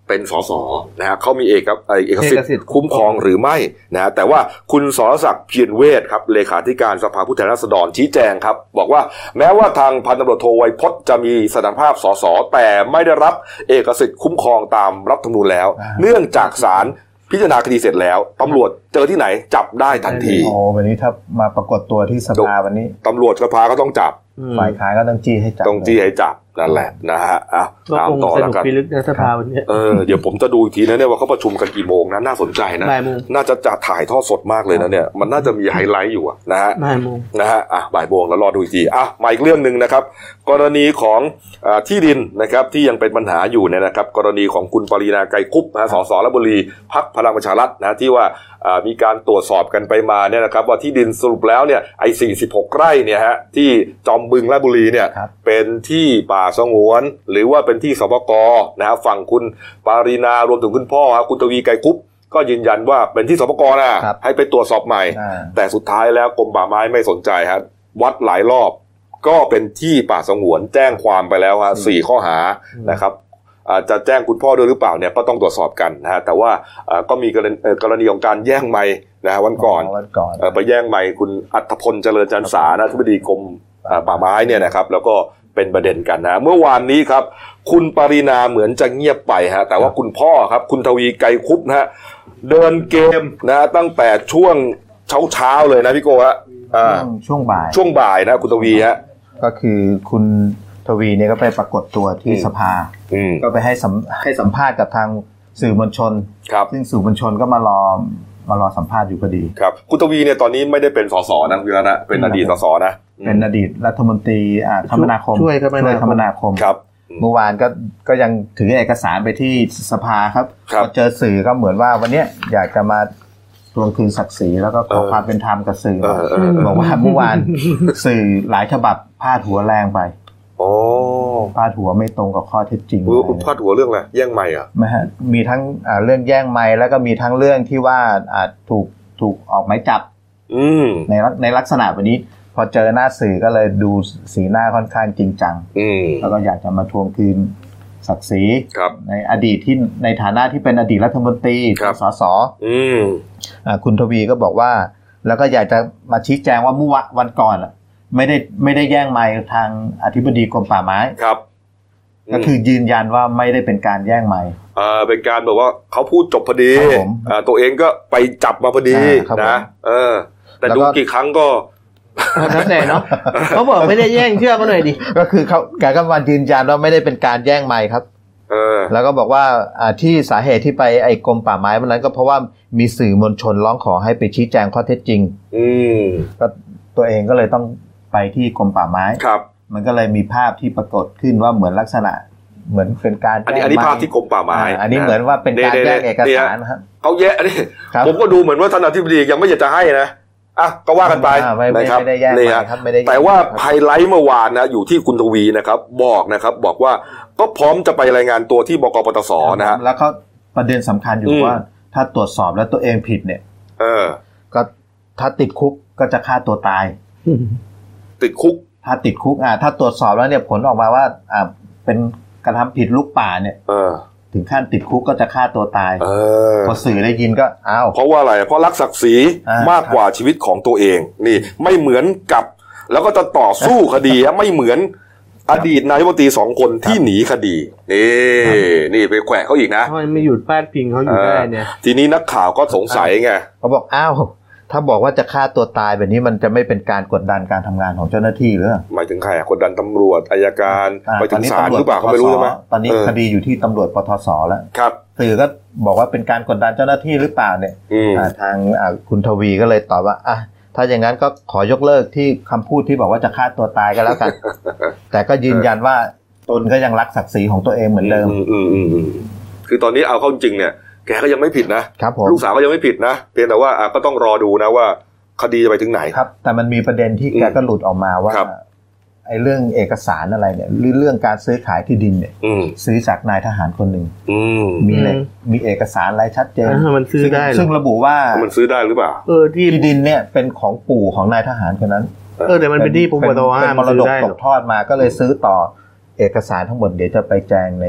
เป็นสสนะฮะเขามีเอกสิทธิ์คุ้มครองหรือไม่นะฮะแต่ว่าคุณสรศักดิ์เพียรเวชครับเลขาธิการสภาผู้แทนราษฎรชี้แจงครับบอกว่าแม้ว่าทางพันตำรวจโทไวยพจน์จะมีสถานภาพสสแต่ไม่ได้รับเอกสิทธิ์คุ้มครองตามรัฐธรรมนูญแล้วเนื่องจากศาลพิจารณาคดีเสร็จแล้วตำรวจเจอที่ไหนจับได้ทันทีวันนี้ถ้ามาปรากฏตัวที่สภาวันนี้ตำรวจสภาก็ต้องจับฝ่ายค้านก็ต้องจี้ให้จับนั่นแหละนะฮะตามต่อแล้วกันพิลึกในสภาวันนี้เดี๋ยวผมจะดูอีกทีนะเนี่ยว่าเขาประชุมกันกี่โมงนะน่าสนใจนะน่าจะถ่ายทอดสดมากเลยนะเนี่ยมันน่าจะมีไฮไลท์อยู่นะฮะนะฮะบ่ายโมงแล้วรอดูอีกทีมาอีกเรื่องนึงนะครับกรณีของที่ดินนะครับที่ยังเป็นปัญหาอยู่เนี่ยนะครับกรณีของคุณปรีณาไกรคุปสสราชบุรีพรรคพลังประชารัฐนะที่ว่ามีการตรวจสอบกันไปมาเนี่ยนะครับว่าที่ดินสรุปแล้วเนี่ย46 ไร่เนี่ยฮะที่จอมบึงราชบุรีเนี่ยเป็นที่ป่าสงวนหรือว่าเป็นที่สปก.นะฮะฝั่งคุณปรีณารวมถึงคุณพ่อคุณทวีไกรคุปก็ยืนยันว่าเป็นที่สปก.นะให้ไปตรวจสอบใหม่แต่สุดท้ายแล้วกรมป่าไม้ไม่สนใจฮะวัดหลายรอบก็เป็นที่ป่าสงวนแจ้งความไปแล้วฮะ4 ข้อหานะครับจะแจ้งคุณพ่อด้วยหรือเปล่าเนี่ยก็ต้องตรวจสอบกันนะฮะแต่ว่าก็มีกรณีของการแย่งไมค์นะฮะวันก่อนไปแย่งไมค์คุณอัธพลเจริญจันสานะอธิบดีกรมป่าไม้เนี่ยนะครับแล้วก็เป็นประเด็นกันนะเมื่อวานนี้ครับคุณปรีณาเหมือนจะเงียบไปฮะแต่ว่าคุณพ่อครับคุณทวีไกรคุปนะฮะเดินเกมนะตั้งแต่ช่วงเช้าเลยนะพี่โก้ฮะช่วงบ่ายนะคุณทวีฮะก็คือคุณทวีเนี่ยก็ไปปรากฏตัวที่สภาก็ไปให้สัมภาษณ์กับทางสื่อมวลชนซึ่งสื่อมวลชนก็มารอสัมภาษณ์อยู่พอดีครับคุณทวีเนี่ยตอนนี้ไม่ได้เป็นสสนะพี่นะเป็นอดีตสสนะเป็นอดีตรัฐมนตรีคมนาคมช่วยคมนาคมครับเมื่อวานก็ยังถือเอกสารไปที่สภาครับพอเจอสื่อก็เหมือนว่าวันนี้อยากจะมาทวงคืนศักดิ์ศรีแล้วก็ขอความเป็นธรรมกับสื่อบอกว่าเมื่อวานสื่อหลายฉบับพาดหัวแรงไปพาดหัวไม่ตรงกับข้อเท็จจริงพาดหัวเรื่องอะไรแย่งไมค์ไม่ฮะมีทั้งเรื่องแย่งไมค์แล้วก็มีทั้งเรื่องที่ว่าถูกออกหมายจับในลักษณะแบบนี้พอเจอหน้าสื่อก็เลยดูสีหน้าค่อนข้างจริงจังแล้วก็อยากจะมาทวงคืนศักดิ์ศรีในอดีตที่ในฐานะที่เป็นอดีตรัฐมนตรีสสคุณทวีก็บอกว่าแล้วก็อยากจะมาชี้แจงว่าเมื่อวันก่อนไม่ได้แย่งไมค์ทางอธิบดีกรมป่าไม้ครับก็คือยืนยันว่าไม่ได้เป็นการแย่งไมค์เป็นการบอกว่าเขาพูดจบพอดีตัวเองก็ไปจับมาพอดีนะแต่ดูกี่ครั้งก็แล้วแต่เนาะเขาบอกไม่ได้แย่งเชื่อเขาหน่อยดิก็คือแกก็มายืนยันว่าไม่ได้เป็นการแย่งไมค์ครับแล้วก็บอกว่าที่สาเหตุที่ไปไอ้กรมป่าไม้วันนั้นก็เพราะว่ามีสื่อมวลชนร้องขอให้ไปชี้แจงข้อเท็จจริงก็ตัวเองก็เลยต้องไปที่กรมป่าไม้ครับมันก็เลยมีภาพที่ปรากฏขึ้นว่าเหมือนลักษณะเหมือนเป็นการอันนี้ภาพที่กรมป่าไม้อันนี้เหมือนว่าเป็นการแย่งเอกสารครับเขาแย่อันนี้ผมก็ดูเหมือนว่าท่านอธิบดียังไม่อยากจะให้นะก็ว่ากันไปนะครับนี่ฮะแต่ว่าไฮไลท์เมื่อวานนะอยู่ที่คุณทวีนะครับบอกว่าก็พร้อมจะไปรายงานตัวที่บกปตสนะฮะแล้วก็ประเด็นสำคัญอยู่ว่าถ้าตรวจสอบแล้วตัวเองผิดเนี่ยก็ถ้าติดคุกก็จะฆ่าตัวตายติดคุกถ้าติดคุกถ้าตรวจสอบแล้วเนี่ยผลออกมาว่าเป็นกระทำผิดลุกป่าเนี่ยถึงขั้นติดคุกก็จะฆ่าตัวตายพอสื่อได้ยินก็เพราะว่าอะไรเพราะรักศักดิ์ศรีมากกว่าชีวิตของตัวเองนี่ไม่เหมือนกับแล้วก็จะต่อสู้คดีไม่เหมือนอดีตนายกรัฐมนตรี2 คนที่หนีคดีนี่ไปแขวะเขาอีกนะไม่หยุดพาดพิงเขาอยู่ได้เนี่ยทีนี้นักข่าวก็สงสัยไงเขาบอกถ้าบอกว่าจะฆ่าตัวตายแบบนี้มันจะไม่เป็นการกดดันการทำงานของเจ้าหน้าที่หรือหมายถึงใครกดดันตำรวจอัยการไปถึงศาลหรือเปล่าเขาไม่รู้ใช่ไหมตอนนี้คดีอยู่ที่ตำรวจปทสแล้วครับสื่อก็บอกว่าเป็นการกดดันเจ้าหน้าที่หรือเปล่าเนี่ยทางคุณทวีก็เลยตอบว่าถ้าอย่างนั้นก็ขอยกเลิกที่คำพูดที่บอกว่าจะฆ่าตัวตายก็แล้วกัน แต่ก็ยืนยันว่าตนก็ยังรักศักดิ์ศรีของตัวเองเหมือนเดิมคือตอนนี้เอาเข้าจริงเนี่ยแกก็ยังไม่ผิดนะลูกสาวก็ยังไม่ผิดนะเพียงแต่ว่าก็ต้องรอดูนะว่าคดีจะไปถึงไหนครับแต่มันมีประเด็นที่แกก็หลุดออกมาว่าไอ้เรื่องเอกสารอะไรเนี่ยหรือเรื่องการซื้อขายที่ดินเนี่ยซื้อจากนายทหารคนหนึ่งมีเอกสารอะไรชัดเจนมันซื้อได้ซึ่งระบุว่ามันซื้อได้หรือเปล่าที่ดินเนี่ยเป็นของปู่ของนายทหารคนนั้นแต่มันเป็นที่ปปต. เป็นมรดกตกทอดมาก็เลยซื้อต่อเอกสารทั้งหมดเดี๋ยวจะไปแจ้งใน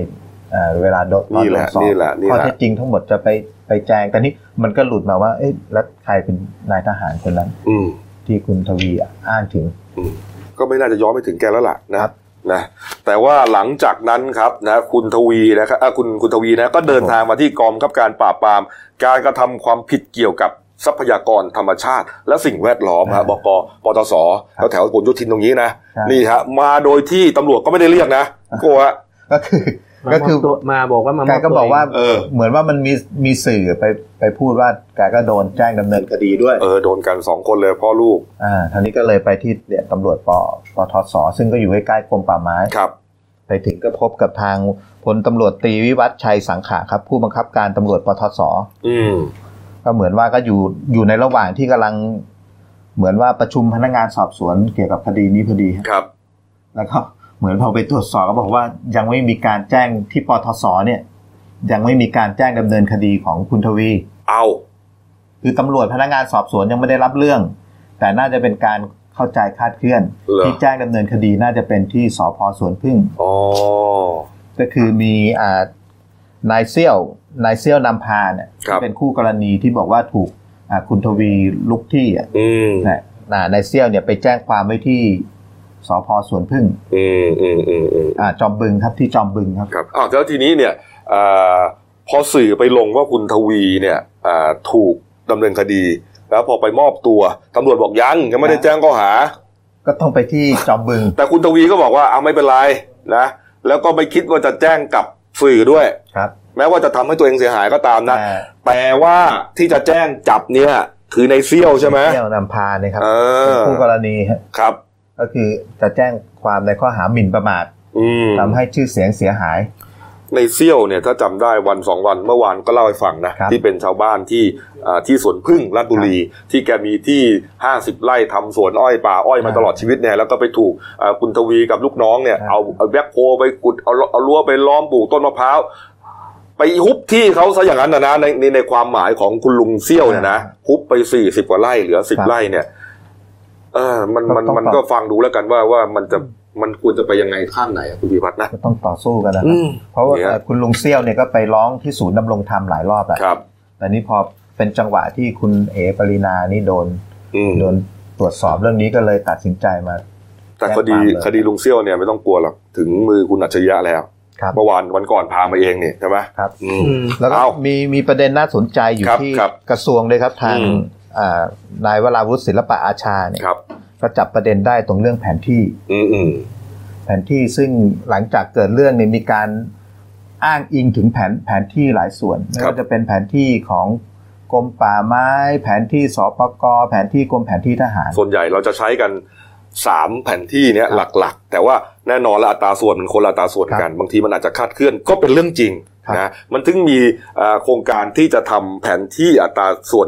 เวลาโดนสอบข้อเท็จจริงทั้งหมดจะไปแจ้งแต่นี้มันก็หลุดมาว่าเอ๊ะแล้วใครเป็นนายทหารคนนั้นที่คุณทวีอ้างถึงก็ไม่น่าจะย้อนไปถึงแกแล้วล่ะนะแต่ว่าหลังจากนั้นครับนะคุณทวีนะครับคุณทวีนะก็เดินทางมาที่กองบังคับการปราบปรามการกระทำความผิดเกี่ยวกับทรัพยากรธรรมชาติและสิ่งแวดล้อมครับบก.ปตส.แถวผลโยธินตรงนี้นะนี่ฮะมาโดยที่ตำรวจก็ไม่ได้เรียกนะก็คือมาบอกว่าแกก็บอกว่าเหมือนว่ามันมีสื่อไปพูดว่าแกก็โดนแจ้งดำเนินคดีด้วยโดนกัน2คนเลยพ่อลูกทีนี้ก็เลยไปที่เนี่ยตำรวจปทส.ซึ่งก็อยู่ใกล้ๆกรมป่าไม้ครับไปถึงก็พบกับทางพลตำรวจตรีวิวัฒน์ชัยสังขะครับผู้บังคับการตำรวจปทส.ก็เหมือนว่าก็อยู่ในระหว่างที่กำลังเหมือนว่าประชุมพนักงานสอบสวนเกี่ยวกับคดีนี้พอดีครับแล้วก็เหมือนพอไปตรวจสอบก็บอกว่ายังไม่มีการแจ้งที่ปทส.เนี่ยยังไม่มีการแจ้งดำเนินคดีของคุณทวีคือตำรวจพนักงานสอบสวนยังไม่ได้รับเรื่องแต่น่าจะเป็นการเข้าใจคลาดเคลื่อนที่แจ้งดำเนินคดีน่าจะเป็นที่สภ.สวนพึ่งก็คือมีนายเซี่ยวนำพาเนี่ยเป็นคู่กรณีที่บอกว่าถูกคุณทวีลุกที่นายเซี่ยวเนี่ยไปแจ้งความไว้ที่สภ.สวนพึ่งจอมบึงครับที่จอมบึงครับแล้วทีนี้เนี่ยพอสื่อไปลงว่าคุณทวีเนี่ยถูกดำเนินคดีแล้วพอไปมอบตัวตำรวจบอกยังไม่ได้แจ้งข้อหาก็ต้องไปที่จอมบึงแต่คุณทวีก็บอกว่าไม่เป็นไรนะแล้วก็ไม่คิดว่าจะแจ้งกับสื่อด้วยครับแม้ว่าจะทำให้ตัวเองเสียหายก็ตามนะแต่ว่าที่จะแจ้งจับเนี่ยคือในเซี่ยวใช่ไหมเซี่ยวนำพาเนี่ยครับเป็นคู่กรณีครับก็คือจะแจ้งความในข้อหาหมิ่นประมาททำให้ชื่อเสียงเสียหายในเซี่ยวเนี่ยถ้าจำได้วัน2วันเมื่อวานก็เล่าให้ฟังนะที่เป็นชาวบ้านที่สวนพึ่งราชบุรีที่แกมีที่50ไร่ทำสวนอ้อยป่าอ้อยมาตลอดชีวิตเนี่ยแล้วก็ไปถูกคุณทวีกับลูกน้องเนี่ยเอาแบ็คโฮไปขุดเอารั้วไปล้อมปลูกต้นมะพร้าวไปฮุบที่เขาซะอย่างนั้นนะในความหมายของคุณลุงเซี่ยวเนี่ยนะฮุบไป40กว่าไร่เหลือ10ไร่เนี่ยมันก็ฟังดูแล้วกันว่ามันควรจะไปยังไงข้างไหนคุณพิพัฒน์นะต้องต่อสู้กันนะเพราะว่าคุณลุงเซี่ยวเนี่ยก็ไปร้องที่ศูนย์ดำรงธรรมหลายรอบแล้วแต่นี่พอเป็นจังหวะที่คุณเอ๋ปรินานี่โดนตรวจสอบเรื่องนี้ก็เลยตัดสินใจมาแต่คดีลุงเซี่ยวเนี่ยไม่ต้องกลัวหรอกถึงมือคุณอัจฉริยะแล้วเมื่อวันก่อนพามาเองนี่ใช่ไหมครับแล้วก็มีประเด็นน่าสนใจอยู่ที่กระทรวงเลยครับทางนายวราวุฒิศิลปะอาชาเนี่ยก็จับประเด็นได้ตรงเรื่องแผนที่แผนที่ซึ่งหลังจากเกิดเรื่องเนี่ยมีการอ้างอิงถึงแผนที่หลายส่วนไม่ว่าจะเป็นแผนที่ของกรมป่าไม้แผนที่สปก.แผนที่กรมแผนที่ทหารส่วนใหญ่เราจะใช้กัน3แผนที่เนี้ยหลักๆแต่ว่าแน่นอนละอัตราส่วนมันคนละอัตราส่วนกันบางทีมันอาจจะคลาดเคลื่อนก็เป็นเรื่องจริงนะมันถึงมีโครงการที่จะทำแผนที่อัตราส่วน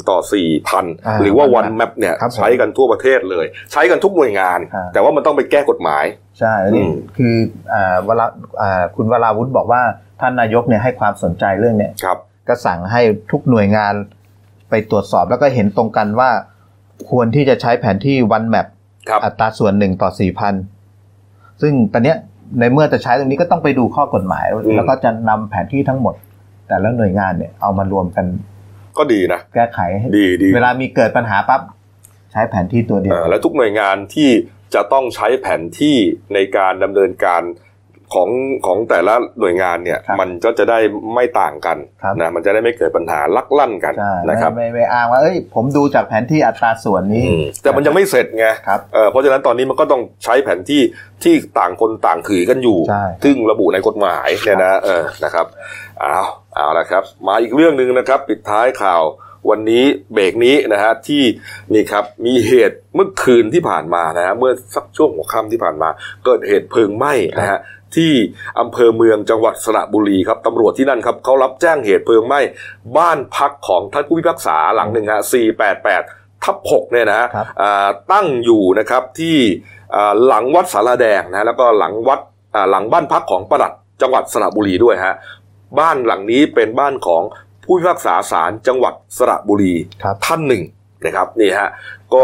1:4,000หรือว่า One Map เนี่ยใช้กันทั่วประเทศเลยใช้กันทุกหน่วยงานแต่ว่ามันต้องไปแก้กฎหมายใช่นี่คือคุณวราวุฒิบอกว่าท่านนายกเนี่ยให้ความสนใจเรื่องเนี้ยก็สั่งให้ทุกหน่วยงานไปตรวจสอบแล้วก็เห็นตรงกันว่าควรที่จะใช้แผนที่ One Map อัตราส่วน1:4,000ซึ่งตอนเนี้ยในเมื่อจะใช้ตรงนี้ก็ต้องไปดูข้อกฎหมายแล้วก็จะนำแผนที่ทั้งหมดแต่ละหน่วยงานเนี่ยเอามารวมกันก็ดีนะแก้ไขดีเวลามีเกิดปัญหาปั๊บใช้แผนที่ตัวเดียวแล้วทุกหน่วยงานที่จะต้องใช้แผนที่ในการดำเนินการของแต่ละหน่วยงานเนี่ยมันก็จะได้ไม่ต่างกันนะมันจะได้ไม่เกิดปัญหาลักลั่นกันนะครับไม่อ้างว่าผมดูจากแผนที่อัตราส่วนนี้แต่มันยังไม่เสร็จไงเพราะฉะนั้นตอนนี้มันก็ต้องใช้แผนที่ต่างคนต่างถือกันอยู่ซึ่งระบุในกฎหมายเนี่ยนะนะครับเอาละครับมาอีกเรื่องนึงนะครับปิดท้ายข่าววันนี้เบรกนี้นะฮะที่นี่ครับมีเหตุเมื่อคืนที่ผ่านมานะฮะเมื่อสักช่วงหัวค่ำที่ผ่านมาเกิดเหตุเพลิงไหม้นะฮะที่อำเภอเมืองจังหวัดสระบุรีครับตำรวจที่นั่นครับเขารับแจ้งเหตุเพลิงไหม้บ้านพักของท่านผู้พิพากษาหลังหนึ่งฮะ488/6เนี่ยนะฮะตั้งอยู่นะครับที่หลังวัดสารแดงนะแล้วก็หลังบ้านพักของปลัดจังหวัดสระบุรีด้วยฮะบ้านหลังนี้เป็นบ้านของผู้พิพากษาศาลจังหวัดสระบุรีท่านหนึ่งนะครับนี่ฮะก็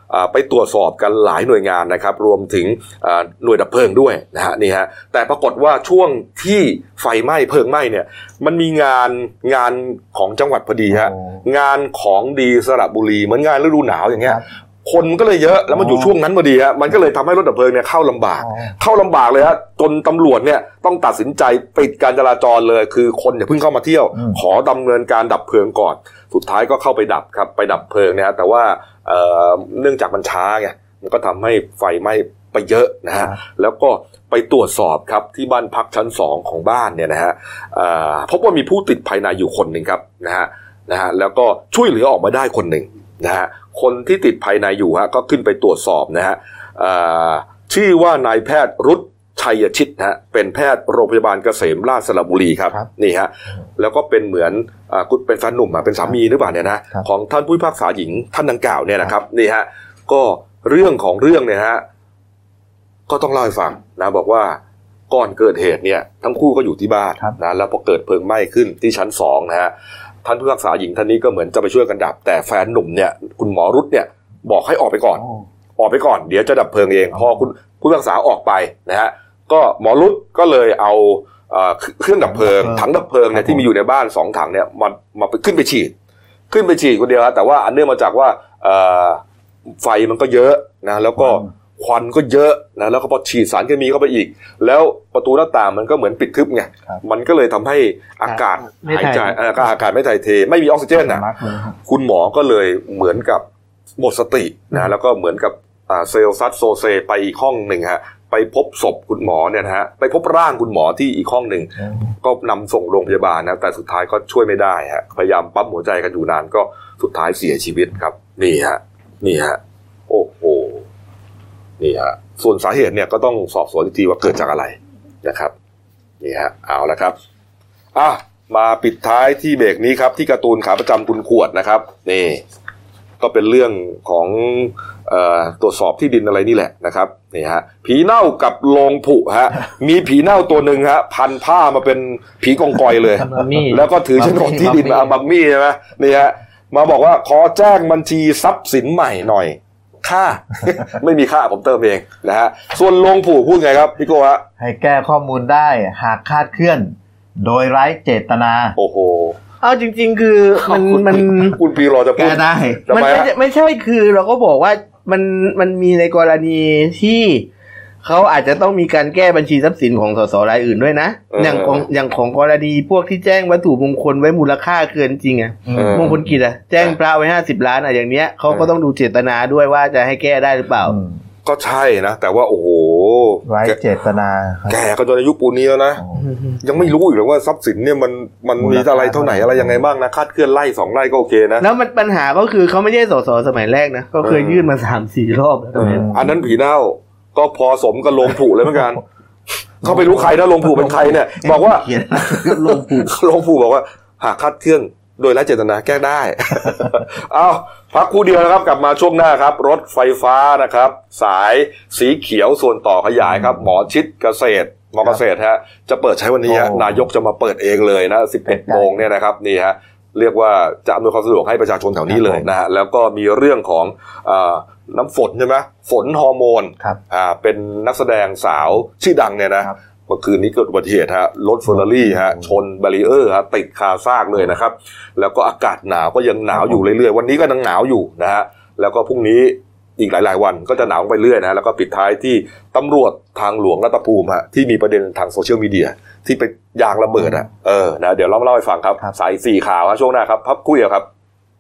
ไปตรวจสอบกันหลายหน่วยงานนะครับรวมถึงหน่วยดับเพลิงด้วยนะฮะนี่ฮะแต่ปรากฏว่าช่วงที่ไฟไหม้เพลิงไหม้เนี่ยมันมีงานของจังหวัดพอดีฮะงานของดีสระบุรีเหมือนงานฤดูหนาวอย่างเงี้ยคนก็เลยเยอะแล้วมันอยู่ช่วงนั้นพอดีฮะมันก็เลยทำให้รถดับเพลิงเนี่ยเข้าลำบากเลยฮะจนตำรวจเนี่ยต้องตัดสินใจปิดการจราจรเลยคือคนอย่าเพิ่งเข้ามาเที่ยวขอดำเนินการดับเพลิงก่อนสุดท้ายก็เข้าไปดับครับไปดับเพลิงเนี่ยแต่ว่าเนื่องจากมันช้าไงมันก็ทำให้ไฟไหม้ไปเยอะนะฮะแล้วก็ไปตรวจสอบครับที่บ้านพักชั้น2ของบ้านเนี่ยนะฮะพบว่ามีผู้ติดภายในอยู่คนหนึ่งครับนะฮะแล้วก็ช่วยเหลือออกมาได้คนหนึ่งนะฮะคนที่ติดภายในอยู่ฮะก็ขึ้นไปตรวจสอบนะฮะชื่อว่านายแพทย์รุษชัยชิตนะฮะเป็นแพทย์โรงพยาบาลเกษมราชสระบุรีครับนี่ฮะแล้วก็เป็นเหมือนเป็นแฟนหนุ่มเป็นสามีหรือเปล่าเนี่ยนะของท่านผู้พิพากษาหญิงท่านดังกล่าวเนี่ยนะครับนี่ฮะก็เรื่องของเรื่องเนี่ยฮะก็ต้องเล่าให้ฟังนะบอกว่าก่อนเกิดเหตุเนี่ยทั้งคู่ก็อยู่ที่บ้านนะแล้วพอเกิดเพลิงไหม้ขึ้นที่ชั้น2นะฮะท่านผู้พิพากษาหญิงท่านนี้ก็เหมือนจะไปช่วยกันดับแต่แฟนหนุ่มเนี่ยคุณหมอรุษเนี่ยบอกให้ออกไปก่อนเดี๋ยวจะดับเพลิงเองพอคุณผู้พิพากษาออกไปนะฮะก็หมอรุษก็เลยเอาเครื่องดับเพลิงถังดับเพลิงเนี่ยที่มีอยู่ในบ้าน2ถังเนี่ยมาขึ้นไปฉีดคนเดียวแต่ว่าอันเนื่องมาจากว่าไฟมันก็เยอะนะแล้วก็ควันก็เยอะนะแล้วก็พอฉีดสารเคมีเข้าไปอีกแล้วประตูหน้าต่างมันก็เหมือนปิดทึบไงมันก็เลยทำให้อากาศหายใจอากาศไม่ถ่ายเทไม่มีออกซิเจนนะคุณหมอก็เลยเหมือนกับหมดสตินะแล้วก็เหมือนกับเซลซัดโซเซไปอีกห้องหนึ่งฮะไปพบศพคุณหมอเนี่ยนะฮะไปพบร่างคุณหมอที่อีกห้องหนึ่งก็นำส่งโรงพยาบาลนะแต่สุดท้ายก็ช่วยไม่ได้ฮะพยายามปั๊มหัวใจกันอยู่นานก็สุดท้ายเสียชีวิตครับนี่ฮะโอ้โหนี่ฮะส่วนสาเหตุเนี่ยก็ต้องสอบสวนอีกทีว่าเกิดจากอะไรนะครับนี่ฮะเอาละครับมาปิดท้ายที่เบรกนี้ครับที่การ์ตูนขาประจำคุณขวดนะครับนี่ก็เป็นเรื่องของตรวจสอบที่ดินอะไรนี่แหละนะครับนี่ฮะผีเน่ากับโลงผุฮะมีผีเน่าตัวหนึ่งฮะพันผ้ามาเป็นผีกองกอยเลยแล้วก็ถือโฉนดที่ดินมาบัมมี่ใช่ไหมนี่ฮะมาบอกว่าขอแจ้งบัญชีทรัพย์สินใหม่หน่อยค่า ไม่มีค่าผมเติมเองนะฮะส่วนโลงผุพูดไงครับพี่โก้ฮะให้แก้ข้อมูลได้หากคาดเคลื่อนโดยไร้เจตนาโอ้โหเอาจริงๆคือมันคุณปีรอจะพูดได้มันไม่ใช่คือเราก็บอกว่ามันมีในกรณีที่เขาอาจจะต้องมีการแก้บัญชีทรัพย์สินของสสรายอื่นด้วยนะอย่างของกรณีพวกที่แจ้งวัตถุมงคลไว้มูลค่าเกินจริงมงคลกิจแจ้งพระไว้50 ล้านอย่างเนี้ยเขาก็ต้องดูเจตนาด้วยว่าจะให้แก้ได้หรือเปล่าก็ใช่นะแต่ว่าโอ้โหไร้เจตนาแก่ก็จนอายุปูนนี้แล้วนะยังไม่รู้อีกเลยว่าทรัพย์สินเนี่ยมันมีอะไรเท่าไหร่อะไรยังไงบ้างนะคาดเคลื่อนไร่2ไร่ก็โอเคนะแล้วมันปัญหาก็คือเขาไม่ใช่สสสมัยแรกนะก็เคยยื่นมา 3-4 รอบแล้วอันนั้นผีเน่าก็พอสมกับโลงผุเลยเหมือนกันเขาไปรู้ใครนะโลงผุเป็นใครเนี่ยบอกว่าโลงผุบอกว่าหากคาดเคลื่อนโดยไร้เจตนาแก้ได้เอาพักคู่เดียวนะครับกลับมาช่วงหน้าครับรถไฟฟ้านะครับสายสีเขียวส่วนต่อขยายครับหมอชิดเกษตรฮะจะเปิดใช้วันนี้ฮะนายกจะมาเปิดเองเลยนะ 11 โมงเนี่ยนะครับนี่ฮะเรียกว่าจะอำนวยความสะดวกให้ประชาชนแถวนี้เลยนะฮะแล้วก็มีเรื่องของน้ำฝนใช่ไหมฝนฮอร์โมนเป็นนักแสดงสาวชื่อดังเนี่ยนะเมื่อคืนนี้เกิดอุบัติเหตุฮะรถเฟอร์รารี่ฮะชนแบรีเออร์ฮะติดคาซากเลยนะครับแล้วก็อากาศหนาวก็ยังหนาวอยู่เรื่อยๆวันนี้ก็ยังหนาวอยู่นะฮะแล้วก็พรุ่งนี้อีกหลายๆวันก็จะหนาวไปเรื่อยนะแล้วก็ปิดท้ายที่ตำรวจทางหลวงรัตภูมิฮะที่มีประเด็นทางโซเชียลมีเดียที่ไปยางระเบิดนะเดี๋ยวเราเล่าให้ฟังครับสาย4ข่าวช่วงหน้าครับพับคุยครับ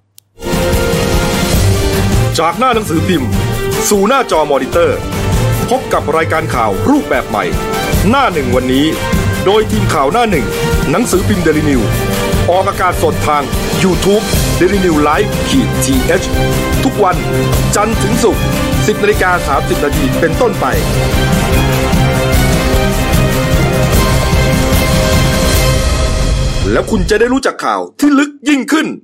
จากหน้าหนังสือพิมพ์สู่หน้าจอมอนิเตอร์พบกับรายการข่าวรูปแบบใหม่หน้าหนึ่งวันนี้โดยทีมข่าวหน้าหนึ่งหนังสือพิมพ์ Daily News ออกอากาศสดทาง YouTube Daily News Live-TH ทุกวันจันทร์ถึงศุกร์ 10:30 น.เป็นต้นไปแล้วคุณจะได้รู้จักข่าวที่ลึกยิ่งขึ้น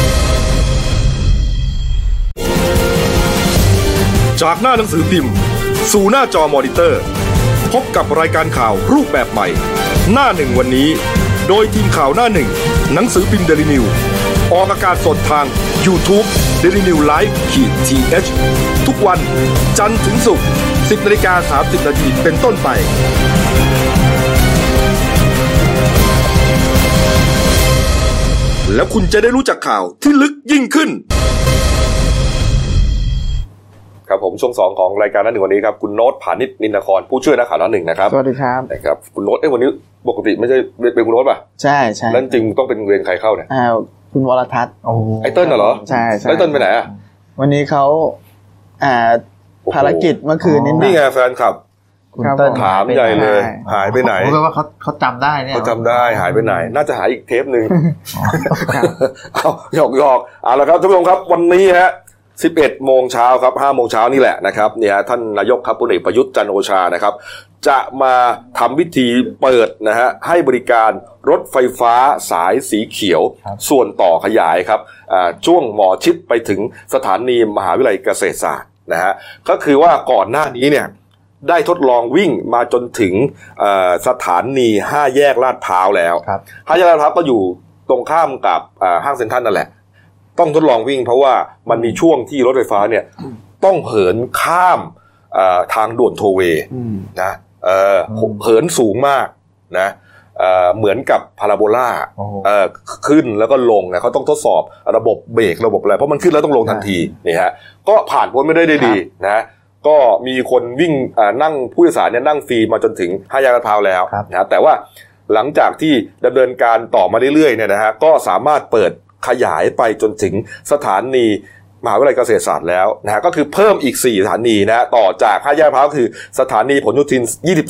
จากหน้าหนังสือพิมพ์สู่หน้าจอมอนิเตอร์พบกับรายการข่าวรูปแบบใหม่หน้าหนึ่งวันนี้โดยทีมข่าวหน้าหนึ่งหนังสือพิมพ์ Daily News ออกอากาศสดทาง YouTube Daily New Live /TH ทุกวันจันทร์ถึงศุกร์ 10:30 น.เป็นต้นไปแล้วคุณจะได้รู้จักข่าวที่ลึกยิ่งขึ้นครับผมช่วง2ของรายการหน้าหนึ่งวันนี้ครับคุณโน้ตผานิชนินนครผู้ช่วยนักข่าวหน้าหนึ่งนะครับสวัสดีครับนะครับคุณโน้ตวันนี้ปกติไม่ใช่เป็นคุณโน้ตป่ะใช่ใช่แล้วจริงต้องเป็นเวรใครเข้าเนี่ยคุณวรทัศน์ไอ้เติ้ลเหรอใช่ใช่ไอ้เติ้ลไปไหนอ่ะวันนี้เขาภารกิจเมื่อคืนนี้นี่ไงแฟนคลับคุณเติ้ลถามใหญ่เลยหายไปไหนเพราะว่าเขาจำได้เนี่ยเขาจำได้หายไปไหนน่าจะหายอีกเทปนึงหยอกเอาละครับท่านผู้ชมครับวันนี้ฮะ11 โมงเช้าครับ5 โมงเช้านี่แหละนะครับเนี่ยท่านนายกครับพลเอกประยุทธ์จันทร์โอชานะครับจะมาทำพิธีเปิดนะฮะให้บริการรถไฟฟ้าสายสีเขียวส่วนต่อขยายครับช่วงหมอชิดไปถึงสถานีมหาวิทยาลัยเกษตรศาสตร์นะฮะก็คือว่าก่อนหน้านี้เนี่ยได้ทดลองวิ่งมาจนถึงสถานี5แยกลาดพร้าวแล้ว5แยกลาดพร้าวก็อยู่ตรงข้ามกับห้างเซ็นทรัลนั่นแหละต้องทดลองวิ่งเพราะว่ามันมีช่วงที่รถไฟฟ้าเนี่ยต้องเหินข้ามทางด่วนโทเวนะเหินสูงมากนะเหมือนกับพาราโบลาขึ้นแล้วก็ลงนะเขาต้องทดสอบระบบเบรกระบบอะไรเพราะมันขึ้นแล้วต้องลงทันทีนี่ฮะก็ผ่านพ้นไม่ได้ดีนะก็มีคนวิ่งนั่งผู้โดยสารเนี่ยนั่งฟรีมาจนถึง5 แยกลาดพร้าวแล้วนะแต่ว่าหลังจากที่ดำเนินการต่อมาเรื่อยๆเนี่ยนะฮะก็สามารถเปิดขยายไปจนถึงสถานีมหาวิทยาลัยเกษตรศาสตร์แล้วนะฮะก็คือเพิ่มอีก4สถานีนะต่อจาก5 แยกลาดพร้าวคือสถานีผลโยธิน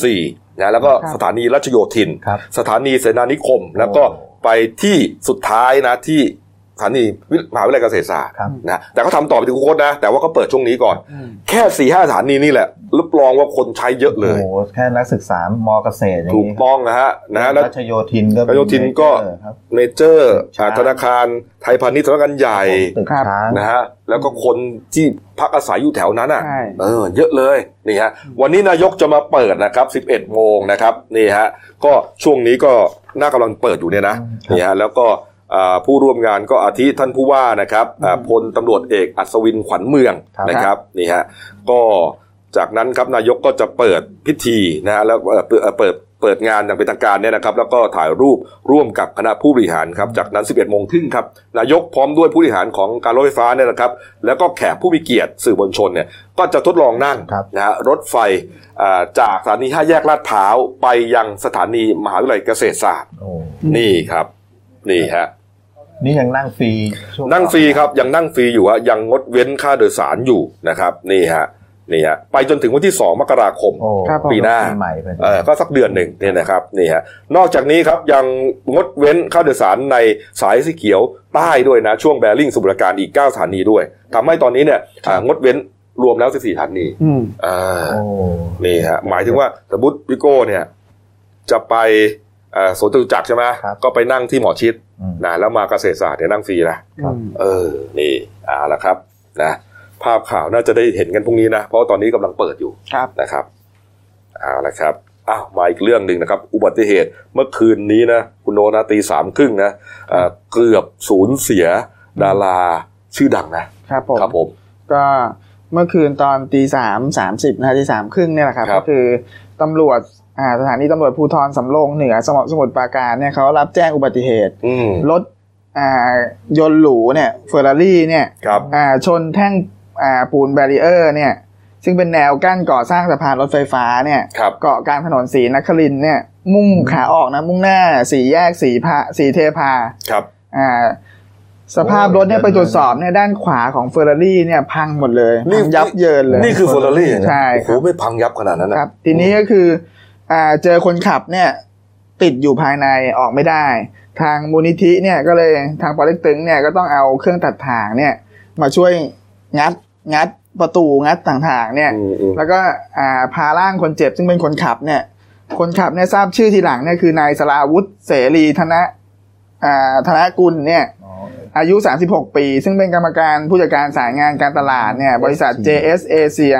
24นะแล้วก็สถานีรัชโยธินสถานีเสนานิคมแล้วก็ไปที่สุดท้ายนะที่สถานีมหาวิทยาลัยเกษตรศาสตร์นะแต่เขาทำต่อไปถึงโค้ดนะแต่ว่าเขาเปิดช่วงนี้ก่อนแค่ 4-5 สถานีนี่แหละรับรองว่าคนใช้เยอะเลยโอ้โหแค่นักศึกษามเกษตรถูกต้องนะฮะรัชโยธินก็เมเจอร์ธนาคารไทยพาณิชย์สำนักงานใหญ่นะฮะแล้วก็คนที่พักอาศัยอยู่แถวนั้นอ่ะเยอะเลยนี่ฮะวันนี้นายกจะมาเปิดนะครับ 11 โมงนะครับนี่ฮะก็ช่วงนี้ก็น่ากำลังเปิดอยู่เนี่ยนะนี่ฮะแล้วก็ผู้ร่วมงานก็อาทิท่านผู้ว่านะครับพลตำรวจเอกอัศวินขวัญเมืองนะครับนี่ฮะก็จากนั้นครับนายกก็จะเปิดพิธีนะฮะแล้วเปิดงานอย่างเป็นทางการเนี่ยนะครับแล้วก็ถ่ายรูปร่วมกับคณะผู้บริหารครับจากนั้น 11 โมงครึ่งครับนายกพร้อมด้วยผู้บริหารของการรถไฟฟ้าเนี่ยนะครับแล้วก็แขกผู้มีเกียรติสื่อมวลชนเนี่ยก็จะทดลองนั่งนะฮะรถไฟจากสถานี5 แยกลาดพร้าวไปยังสถานีมหาวิทยาลัยเกษตรศาสตร์นี่ครับนี่ฮะนี่ยังนั่งฟรีครับยังนั่งฟรีอยู่ฮะยังงดเว้นค่าโดยสารอยู่นะครับนี่ฮะไปจนถึงวันที่2 มกราคมปีหน้าก็สักเดือนหนึ่งเนี่ยนะครับนี่ฮะนอกจากนี้ครับยังงดเว้นค่าโดยสารในสายสีเขียวใต้ด้วยนะช่วงแบริ่งสมุทรปราการอีก9 สถานีด้วยทำให้ตอนนี้เนี่ยงดเว้นรวมแล้ว14 สถานีนี่ฮะหมายถึงว่าสมมุติพี่โก้เนี่ยจะไปสวนจตุจักรใช่ไหมก็ไปนั่งที่หมอชิดนะแล้วมาเกษตรศาสตร์เนี่ยนั่งฟรีนะนี่ละครับนะภาพข่าวน่าจะได้เห็นกันพรุ่งนี้นะเพราะตอนนี้กำลังเปิดอยู่นะครับละครับมาอีกเรื่องนึงนะครับอุบัติเหตุเมื่อคืนนี้นะคุณโนนะตี 3:30นะเกือบสูญเสียดาราชื่อดังนะครับผมก็เมื่อคืนตอนตี 3:30นะตี 3:30เนี่ยแหละครับก็คือตำรวจสถานีตำรวจภูธรสำโรงเหนือสมุทรปราการเนี่ยเขารับแจ้งอุบัติเหตุรถยนต์หรูเนี่ยเฟอร์รารี่เนี่ยชนแท่งปูนแบรีเออร์เนี่ยซึ่งเป็นแนวกั้นก่อสร้างสะพานรถไฟฟ้าเนี่ยเกาะกลางถนนศรีนครินทร์เนี่ยมุ่งขาออกนะมุ่งหน้า4 แยกสีเทพาครับสภาพรถเนี่ยไปตรวจสอบเนี่ยด้านขวาของเฟอร์รารี่เนี่ยพังหมดเลยพังยับเยินเลยนี่คือเฟอร์รารี่ใช่โอ้โหไม่พังยับขนาดนั้นนะครับทีนี้ก็คือเจอคนขับเนี่ยติดอยู่ภายในออกไม่ได้ทางมูลนิธิเนี่ยก็เลยทางปอเต็กตึงเนี่ยก็ต้องเอาเครื่องตัดถ่างเนี่ยมาช่วยงัดประตูงัดต่างๆเนี่ยแล้วก็พาร่างคนเจ็บซึ่งเป็นคนขับเนี่ยทราบชื่อทีหลังเนี่ยคือนายสราวุธเสรีธนกุลเนี่ยอายุ36 ปีซึ่งเป็นกรรมการผู้จัดการสายงานการตลาดเนี่ยบริษัท JS Asia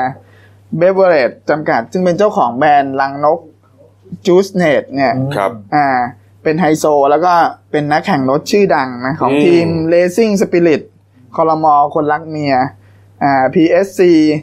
Beverage จำกัดซึ่งเป็นเจ้าของแบรนด์ลังนก Juice Net เนี่ยครับเป็นไฮโซแล้วก็เป็นนักแข่งรถชื่อดังนะของทีม Racing Spirit คลม.คนรักเมียPSC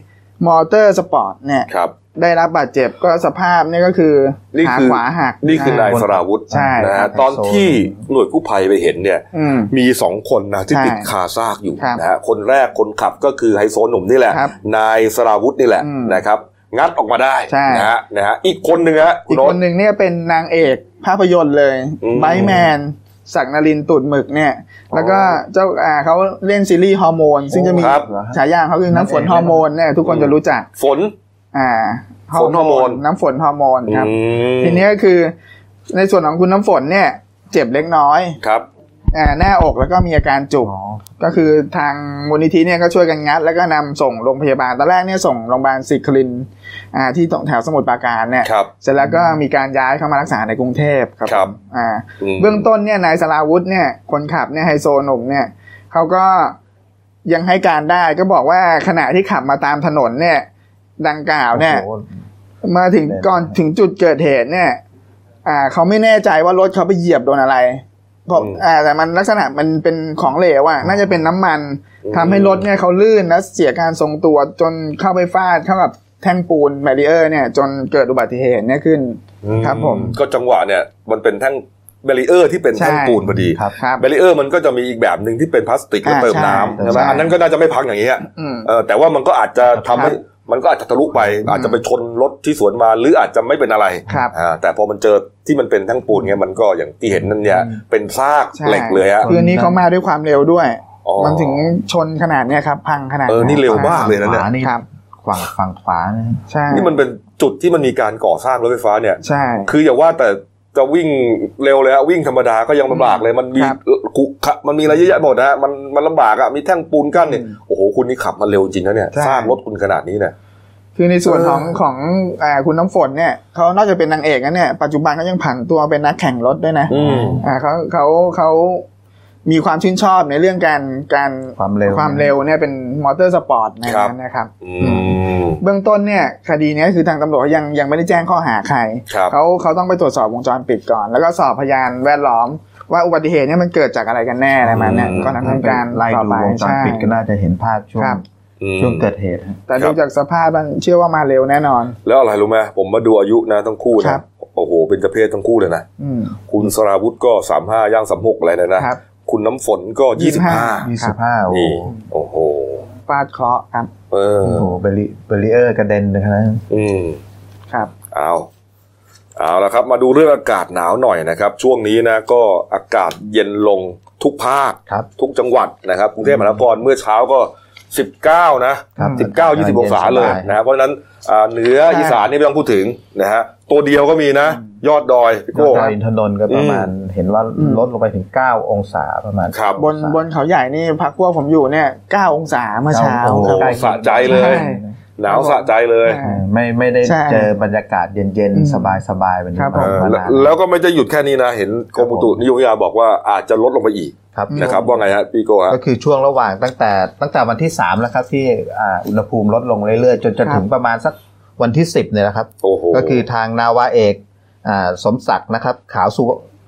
Motor Sport เนี่ยได้รับบาดเจ็บก็สภาพนี่ก็คือขาขวาหักนี่คือนายสราวุธนะฮะตอนที่หน่วยกู้ภัยไปเห็นเนี่ยมี2คนนะที่ติดคาซากอยู่นะฮะคนแรกคนขับก็คือไฮโซหนุ่มนี่แหละนายสราวุธนี่แหละนะครับงัดออกมาได้นะฮะอีกคนนึงอีกคนนึงเนี่ยเป็นนางเอกภาพยนตร์เลยไบท์แมนศักดิ์นรินทร์ตูดหมึกเนี่ยแล้วก็เจ้าเขาเล่นซีรีส์ฮอร์โมนซึ่งจะมีฉายาเขาคือน้ำฝนฮอร์โมนเนี่ยทุกคนจะรู้จักฝนฮอร์โมนน้ำฝนฮอร์โมนครับทีนี้ก็คือในส่วนของคุณน้ำฝนเนี่ยเจ็บเล็กน้อยครับหน้าอกแล้วก็มีอาการจุกก็คือทางมูลนิธิเนี่ยก็ช่วยกันงัดแล้วก็นำส่งโรงพยาบาลตอนแรกเนี่ยส่งโรงพยาบาลศิรินทร์ที่ตรงแถวสมุทรปราการเนี่ยเสร็จแล้วก็มีการย้ายเข้ามารักษาในกรุงเทพครับเบื้องต้นเนี่ยนายสราวุธเนี่ยคนขับเนี่ยไฮโซหนุ่มเนี่ยเขาก็ยังให้การได้ก็บอกว่าขณะที่ขับมาตามถนนเนี่ยดังกล่าวเนี่ยมาถึงก่อนถึงจุดเกิดเหตุเนี่ยเขาไม่แน่ใจว่ารถเขาไปเหยียบโดนอะไรเพราะแต่มันลักษณะมันเป็นของเหลวน่าจะเป็นน้ำมันทำให้รถเนี่ยเขาลื่นและเสียการทรงตัวจนเข้าไปฟาดเข้ากับแท่งปูนแบรีเออร์เนี่ยจนเกิดอุบัติเหตุเนี่ยขึ้นครับผมก็จังหวะเนี่ยมันเป็นแท่งแบรีเออร์ที่เป็นแท่งปูนพอดีแบรีเออร์มันก็จะมีอีกแบบนึงที่เป็นพลาสติกแล้วเติมน้ำใช่ไหมอันนั้นก็น่าจะไม่พังอย่างนี้แต่ว่ามันก็อาจจะทำให้มันก็อาจจะทะลุไปอาจจะไปชนรถที่สวนมาหรืออาจจะไม่เป็นอะไรแต่พอมันเจอที่มันเป็นแท่งปูนเงี้ยมันก็อย่างที่เห็นนั่นเนี่ยเป็นซากเหล็กเลยคือนี้เขามาด้วยความเร็วด้วยมันถึงชนขนาดเนี้ยครับพังขนาดนี่เร็วมากเลยนะเนี่ยฝั่งขวาใช่นี่มันเป็นจุดที่มันมีการก่อสร้างรถไฟฟ้าเนี่ยใช่คืออย่าว่าแต่จะวิ่งเร็วเลยฮะวิ่งธรรมดาก็ยังลำบากเลยมันมีอะไรเยอะแยะหมดนะมันลำบากมีแท่งปูนกั้นเนี่ยโอ้โหคุณนี่ขับมาเร็วจริงนะเนี่ยสร้างรถคุณขนาดนี้เนี่ยคือในส่วนของคุณน้ำฝนเนี่ยเขานอกจากเป็นนางเอกนะเนี่ยปัจจุบันเขายังผันตัวเป็นนักแข่งรถด้วยนะเขามีความชื่นชอบในเรื่องการความเร็วเนี่ยเป็นมอเตอร์สปอร์ตนะครับเบื้องต้นเนี่ยคดีนี้คือทางตำรวจยังไม่ได้แจ้งข้อหาใครเขาต้องไปตรวจสอบวงจรปิดก่อนแล้วก็สอบพยานแวดล้อมว่าอุบัติเหตุเนี่ยมันเกิดจากอะไรกันแน่อะไรมาเนี่ยก็ทำการไล่ดูวงจรปิดก็น่าจะเห็นภาพช่วงเกิดเหตุแต่ดูจากสภาพมันเชื่อว่ามาเร็วแน่นอนแล้วอะไรรู้ไหมผมมาดูอายุนะทั้งคู่นะโอ้โหเป็นเพศทั้งคู่เลยนะคุณสราวุธก็35ย่าง36อะไรนะคุณน้ำฝนก็25นี่โอ้โหฟาดเคราะห์ครับโอ้โหเบรีเออร์กระเด็นเลยครับเอาละครับมาดูเรื่องอากาศหนาวหน่อยนะครับช่วงนี้นะก็อากาศเย็นลงทุกภาคทุกจังหวัดนะครับกรุงเทพมหานครเมื่อเช้าก็19นะ19-20 องศาเลยนะเพราะฉะนั้นเหนืออีสานนี่ไม่ต้องพูดถึงนะฮะตัวเดียวก็มีนะยอดดอยพี่โก้ดอยอินทนนท์ก็ประมาณเห็นว่าลดลงไปถึง9องศาประมาณบนเขาใหญ่นี่พักพวกผมอยู่เนี่ย9องศาเมื่อเช้าสะใจเลยหนาวสะใจเลยไม่ได้เจอบรรยากาศเย็นๆสบายๆแบบนี้แล้วก็ไม่จะหยุดแค่นี้นะเห็นกรมอุตุนิยมวิทยาบอกว่าอาจจะลดลงไปอีกนะครับว่าไงฮะพี่โก้ก็คือช่วงระหว่างตั้งแต่วันที่3แล้วครับที่อุณหภูมิลดลงเรื่อยๆจนถึงประมาณสักวันที่10เนี่ยนะครับก็คือทางนาวาเอกสมศักดิ์นะครับขาวสุ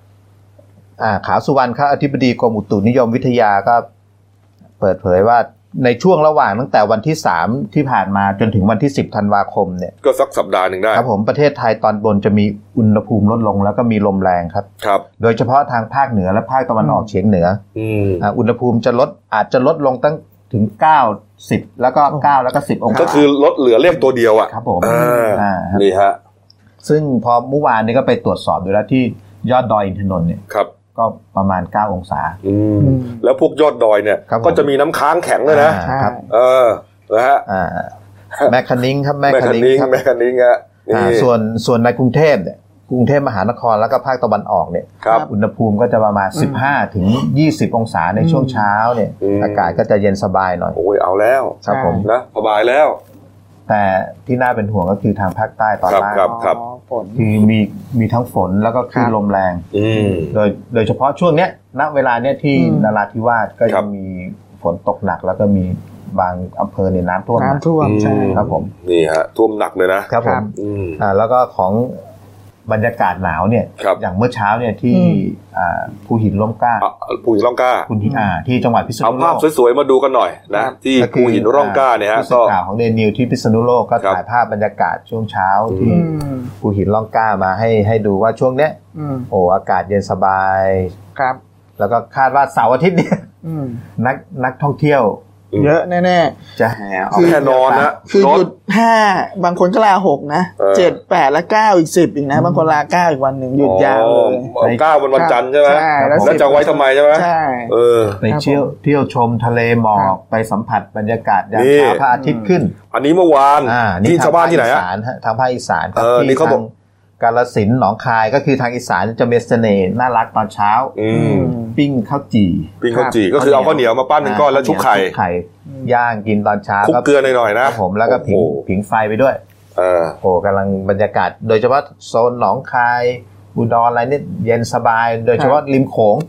วรรณครับอธิบดีกรมอุตุนิยมวิทยาก็เปิดเผยว่าในช่วงระหว่างตั้งแต่วันที่3ที่ผ่านมาจนถึงวันที่10ธันวาคมเนี่ยก็สักสัปดาห์นึงได้ครับผมประเทศไทยตอนบนจะมีอุณหภูมิลดลงแล้วก็มีลมแรงครับโดยเฉพาะทางภาคเหนือและภาคตะวันออกเฉียงเหนืออุณหภูมิอาจจะลดลงตั้งถึง9 10แล้วก็9แล้วก็10องศาก็คือลดเหลือเลขตัวเดียวครับผมนี่ฮะซึ่งพอเมื่อวานนี้ก็ไปตรวจสอบดูแล้วที่ยอดดอยอินทนนท์เนี่ยก็ประมาณ9องศาแล้วพวกยอดดอยเนี่ยก็จะมีน้ำค้างแข็งเลยนะนะฮะแมคคานิงครับแมคคานิงฮะส่วนในกรุงเทพเนี่ยกรุงเทพมหานครแล้วก็ภาคตะวันออกเนี่ยอุณหภูมิก็จะประมาณ15ถึง20องศาในช่วงเช้าเนี่ยอากาศก็จะเย็นสบายหน่อยโอ้ยเอาแล้วครับผมนะสบายแล้วแต่ที่น่าเป็นห่วงก็คือทางภาคใต้ตอนล่างคือมีทั้งฝนแล้วก็คลื่นลมแรงโดยเฉพาะช่วงเนี้ยณเวลาเนี้ยที่นราธิวาสก็ยังมีฝนตกหนักแล้วก็มีบางอำเภอเนี่ยน้ำท่วมใช่ครับผมนี่ฮะท่วมหนักเลยนะครับผมแล้วก็ของบรรยากาศหนาวเนี่ยอย่างเมื่อเช้าเนี่ยที่ภูหินร่มกล้าที่จังหวัดพิษณุโลกเอาภาพสวยๆมาดูกันหน่อยนะที่ภูหินร่องกล้าเนี่ยฮะก็ข่าวของเดนิวที่พิษณุโลกก็ถ่ายภาพบรรยากาศช่วงเช้าที่ภูหินร่องกล้ามาให้ดูว่าช่วงเนี้ยอากาศเย็นสบายครับแล้วก็คาดว่าเสาร์อาทิตย์เนี่ยนักท่องเที่ยวเยอะแน่ๆจะแห่ออกแน่นอนนะคือหยุด5บางคนก็ลา6นะ7 8และ9อีก10อีกนะบางคนลา9อีกวันนึงหยุดยาวเลย 9วันจันทร์ใช่มั้ยแล้วจะไว้ทำไมใช่มั้ยใช่ไปเที่ยวชมทะเลหมอกไปสัมผัสบรรยากาศยามเช้าพระอาทิตย์ขึ้นอันนี้เมื่อวานที่ชาวบ้านที่ไหนทางภาคอีสานที่เขาบอกกาฬสินธุ์หนองคายก็คือทางอีสานจะมีเสน่ห์น่ารักตอนเช้าปิ้งข้าวจี่ก็คือเอาข้าวเหนียวมาปั้นเป็นก้อนแล้วชุบไข่ย่างกินตอนเช้าคลุกเกลือหน่อยๆนะผมแล้วก็ผิงไฟไปด้วยกำลังบรรยากาศโดยเฉพาะโซนหนองคายอุดรอะไรนี่เย็นสบายโดยเฉพาะริมโขง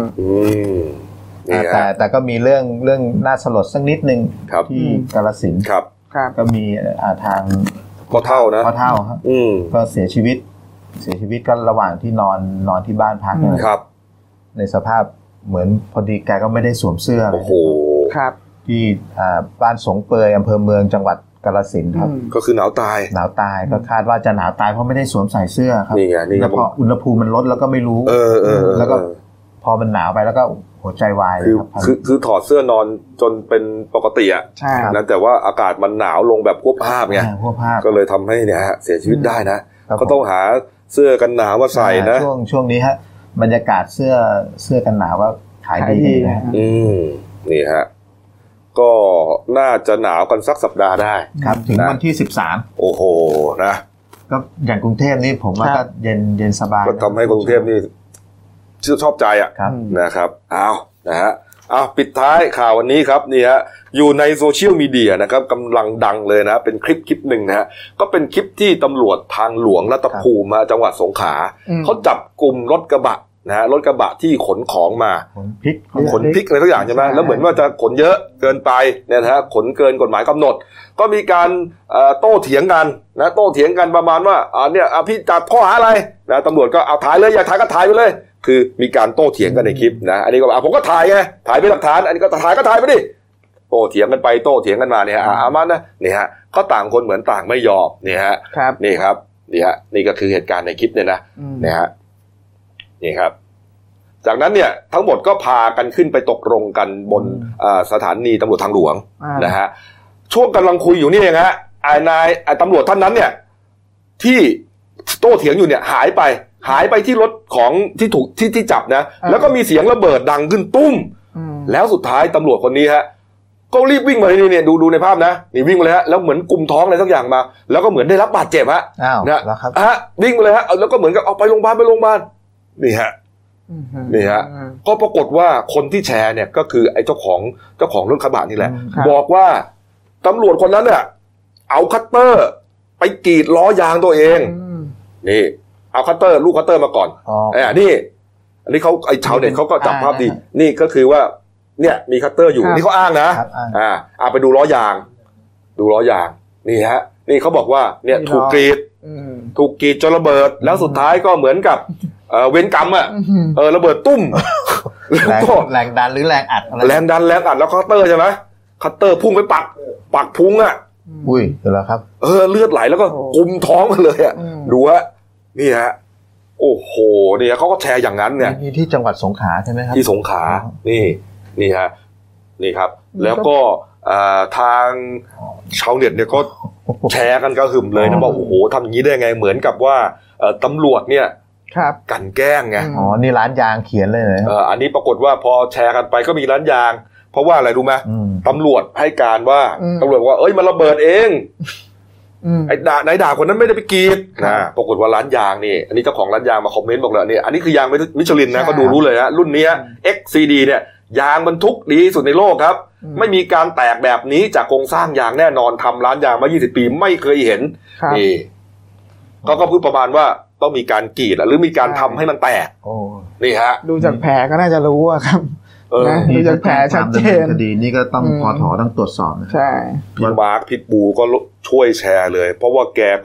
แต่ก็มีเรื่องน่าสลดสักนิดนึงที่กาฬสินธุ์ก็มีทางพ่อเฒ่าครับก็เสียชีวิตก็ระหว่างที่นอนที่บ้านพักนะครับในสภาพเหมือนพอดีแกก็ไม่ได้สวมเสื้อโอ้โหครับที่บ้านสงเปยอำเภอเมืองจังหวัดกาฬสินธุ์ครับก็คือหนาวตายก็คาดว่าจะหนาวตายเพราะไม่ได้สวมใส่เสื้อครับนี่ไงแล้วพออุณหภูมิมันลดแล้วก็ไม่รู้แล้วก็พอมันหนาวไปแล้วก็หัวใจวายเลยครับคือถอดเสื้อนอนจนเป็นปกติอ่ะนะแต่ว่าอากาศมันหนาวลงแบบควบภาพไงก็เลยทำให้เนี่ยฮะเสียชีวิตได้นะก็ต้องหาเสื้อกันหนาวมาใส่นะช่วงนี้ฮะบรรยากาศเสื้อกันหนาวก็ขายดีนะนี่ฮะก็น่าจะหนาวกันสักสัปดาห์ได้ครับถึงวันที่ 13โอ้โหนะก็อย่างกรุงเทพนี่ผมว่าก็เย็นสบายก็ทำให้กรุงเทพนี่ชอบใจอ่ะนะครับนะฮะปิดท้ายข่าววันนี้ครับนี่ฮะอยู่ในโซเชียลมีเดียนะครับกำลังดังเลยนะเป็นคลิปหนึ่งนะฮะก็เป็นคลิปที่ตำรวจทางหลวงรัตภูมิจังหวัดสงขลาเขาจับกลุ่มรถกระบะนะฮะรถกระบะที่ขนของมาขนพริกอะไรทุกอย่างใช่ไหมแล้วเหมือนว่าจะขนเยอะเกินไปเนี่ยนะฮะขนเกินกฎหมายกำหนดก็มีการโต้เถียงกันนะโต้เถียงกันประมาณว่าเนี่ยพี่จับข้อหาอะไรนะตำรวจก็เอาถ่ายเลยอยากถ่ายก็ถ่ายไปเลยคือมีการโต้เถียงกันในคลิปนะอันนี้ก็ผมก็ถ่ายไงถ่ายเป็นหลักฐานอันนี้ก็ถ่ายไปดิโต้เถียงกันไปโต้เถียงกันมาเนี่ยมันนะนี่ฮะเขาต่างคนเหมือนต่างไม่ยอมนี่ฮะนี่ครับนี่ฮะนี่ก็คือเหตุการณ์ในคลิปเนี่ยนะนี่ฮะนี่ครับจากนั้นเนี่ยทั้งหมดก็พากันขึ้นไปตกลงกันบนสถานีตำรวจทางหลวงนะฮะช่วงกำลังคุยอยู่นี่เองฮะนายตำรวจท่านนั้นเนี่ยที่โต้เถียงอยู่เนี่ยหายไปที่รถของที่ถูกที่จับนะแล้วก็มีเสียงระเบิดดังขึ้นตุ้มแล้วสุดท้ายตำรวจคนนี้ฮะก็รีบวิ่งมานี่เนี่ยดูในภาพนะนี่วิ่งมาเลยฮะแล้วเหมือนกุมท้องอะไรสักอย่างมาแล้วก็เหมือนได้รับบาดเจ็บฮะนะวิ่งมาเลยฮะแล้วก็เหมือนกับเอาไปโรงพยาบาลนี่ฮะก็ปรากฏว่าคนที่แชร์เนี่ยก็คือไอ้เจ้าของรถกระบะนี่แหละบอกว่าตำรวจคนนั้นเนี่ยเอาคัตเตอร์ไปกรีดล้อยางตัวเองนี่เอาคัตเตอร์ลูกคัตเตอร์มาก่อนนี่อันนี้เขาไอ้ชาวเน็ตเขาก็จับภาพดีนี่ก็คือว่าเนี่ยมีคัตเตอร์อยู่นี่เขาอ้างนะไปดูล้อยางนี่ฮะนี่เขาบอกว่าเนี่ยถูกกรีดจนระเบิดแล้วสุดท้ายก็เหมือนกับเวรกรรมระเบิดตุ้มแรงดันหรือแรงอัดแรงดันแล้วคัตเตอร์ใช่ไหมคัตเตอร์พุ่งไปปักพุงอุ้ยเดี๋ยวแล้วครับเลือดไหลแล้วก็กุมท้องมาเลยดูฮะนี่ฮะโอ้โหเนี่ยเขาก็แชร์อย่างนั้นเนี่ยนี่ที่จังหวัดสงขลาใช่ไหมครับที่สงขลานี่ฮะนี่ครับแล้วก็ทางชาวเน็ตเนี่ยก็แชร์กันกระหึ่มเลยนะบอกโอ้โหทำอย่างนี้ได้ไงเหมือนกับว่าตำรวจเนี่ยกันแกล้งไงนี่ร้านยางเขียนเลยอันนี้ปรากฏว่าพอแชร์กันไปก็มีร้านยางเพราะว่าอะไรรู้ไหมตำรวจให้การว่าตำรวจว่ามันระเบิดเองไอ้ด่าคนนั้นไม่ได้ไปกรีดปรากฏว่าร้านยางนี่อันนี้เจ้าของร้านยางมาคอมเมนต์บอกเลยนี่อันนี้คือยางมิชลินนะก็ดูรู้เลยฮะรุ่นนี้ XCD เนี่ยยางบรรทุกดีที่สุดในโลกครับไม่มีการแตกแบบนี้จากโครงสร้างยางแน่นอนทำร้านยางมา20 ปีไม่เคยเห็นนี่ก็พูดประมาณว่าต้องมีการกรีดหรือมีการทำให้มันแตกนี่ฮะดูจากแผลก็น่าจะรู้ครับดูจากแผลชัดเจนคดีนี้ก็ต้องพอถอต้องตรวจสอบใช่พี่มาร์คพิทบูก็ช่วยแชร์เลยเพราะว่าแกก็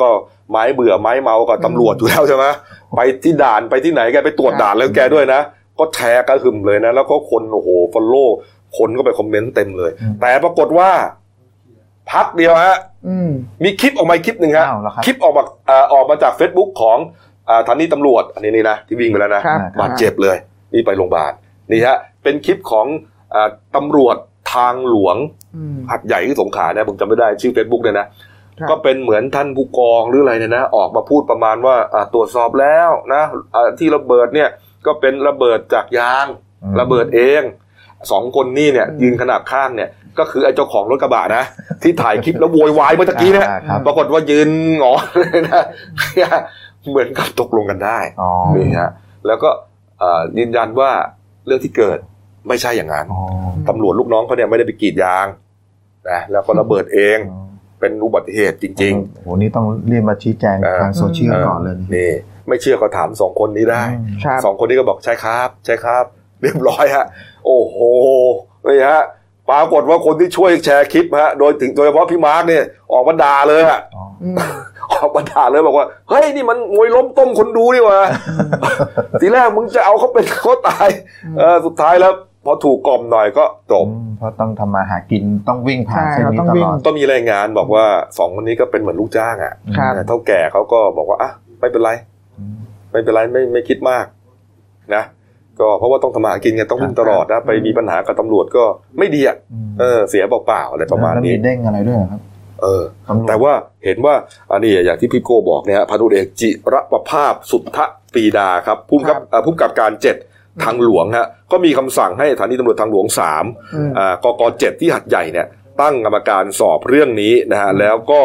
ไม้เบื่อไม้เมากับตำรวจอยู่แล้วใช่ไหมไปที่ด่านไปที่ไหนแกไปตรวจด่านแล้วแกด้วยนะก็แชร์กระหึ่มเลยนะแล้วก็คนโอ้โหฟอลโล่คนก็ไปคอมเมนต์เต็มเลยแต่ปรากฏว่าพักเดียวฮะมีคลิปออกมาคลิปหนึ่งฮะคลิปออกมาจาก Facebook ของสถานีตำรวจอันนี้นะที่วิ่งไปแล้วนะบาดเจ็บเลยนี่ไปโรงพยาบาลนี่ฮะเป็นคลิปของตำรวจทางหลวงหัดใหญ่ที่สงขลานะผมจำไม่ได้ชื่อ Facebook เนี่ยนะก็เป็นเหมือนท่านผู้กองหรืออะไรเนี่ยนะออกมาพูดประมาณว่าตรวจสอบแล้วนะที่ระเบิดเนี่ยก็เป็นระเบิดจากยางระเบิดเอง2คนนี่เนี่ยยืนขนาบข้างเนี่ยก็คือไอ้เจ้าของรถกระบะนะที่ถ่ายคลิปแล้วโวยวายเมื่อกี้เนี่ยปรากฏว่ายืนงอเลยนะเหมือนกับตกลงกันได้นี่ฮะแล้วก็ยืนยันว่าเรื่องที่เกิดไม่ใช่อย่างนั้นตำรวจลูกน้องเขาเนี่ยไม่ได้ไปกรีดยางนะแล้วก็ระเบิดเองเป็นอุบัติเหตุจริงๆโหนี่ต้องรีบมาชี้แจงทางโซเชียลก่อนเลยนี่ไม่เชื่อก็ถาม2คนนี้ได้2คนนี้ก็บอกใช่ครับใช่ครับเรียบร้อยฮะโอ้โหนี่ฮะปรากฏว่าคนที่ช่วยแชร์คลิปฮะโดยเฉพาะพี่มาร์คเนี่ยออกมาด่าเลยฮะออกมาด่าเลยบอกว่าเฮ้ยนี่มันมวยล้มต้มคนดูนี่วะทีแรกมึงจะเอาเขาเป็นเขาตายสุดท้ายแล้วพอถูกกล่อมหน่อยก็จบเพราะต้องทำมาหากินต้องวิ่งผ่านเส้นนี้ตลอดต้องมีรายงานบอกว่า2คนนี้ก็เป็นเหมือนลูกจ้างอ่ะเท่าแก่เขาก็บอกว่าอ่ะไม่เป็นไรไม่คิดมากนะก็เพราะว่าต้องทำมาหากินไงต้องวิ่งตลอดนะไปมีปัญหากับตำรวจก็ไม่ดีอ่ะเสียเปล่าๆอะไรประมาณนี้มีเด้งอะไรด้วยครับแต่ว่าเห็นว่าอันนี้อย่างที่พี่โก้บอกเนี่ยพันตำรวจเอกจิรประภาสสุทธปรีดาครับผู้กำกับการ7ทางหลวงฮะก็มีคำสั่งให้สถานีตำรวจทางหลวง3กก7ที่หัดใหญ่เนี่ยตั้งกรรมการสอบเรื่องนี้นะฮะแล้วก็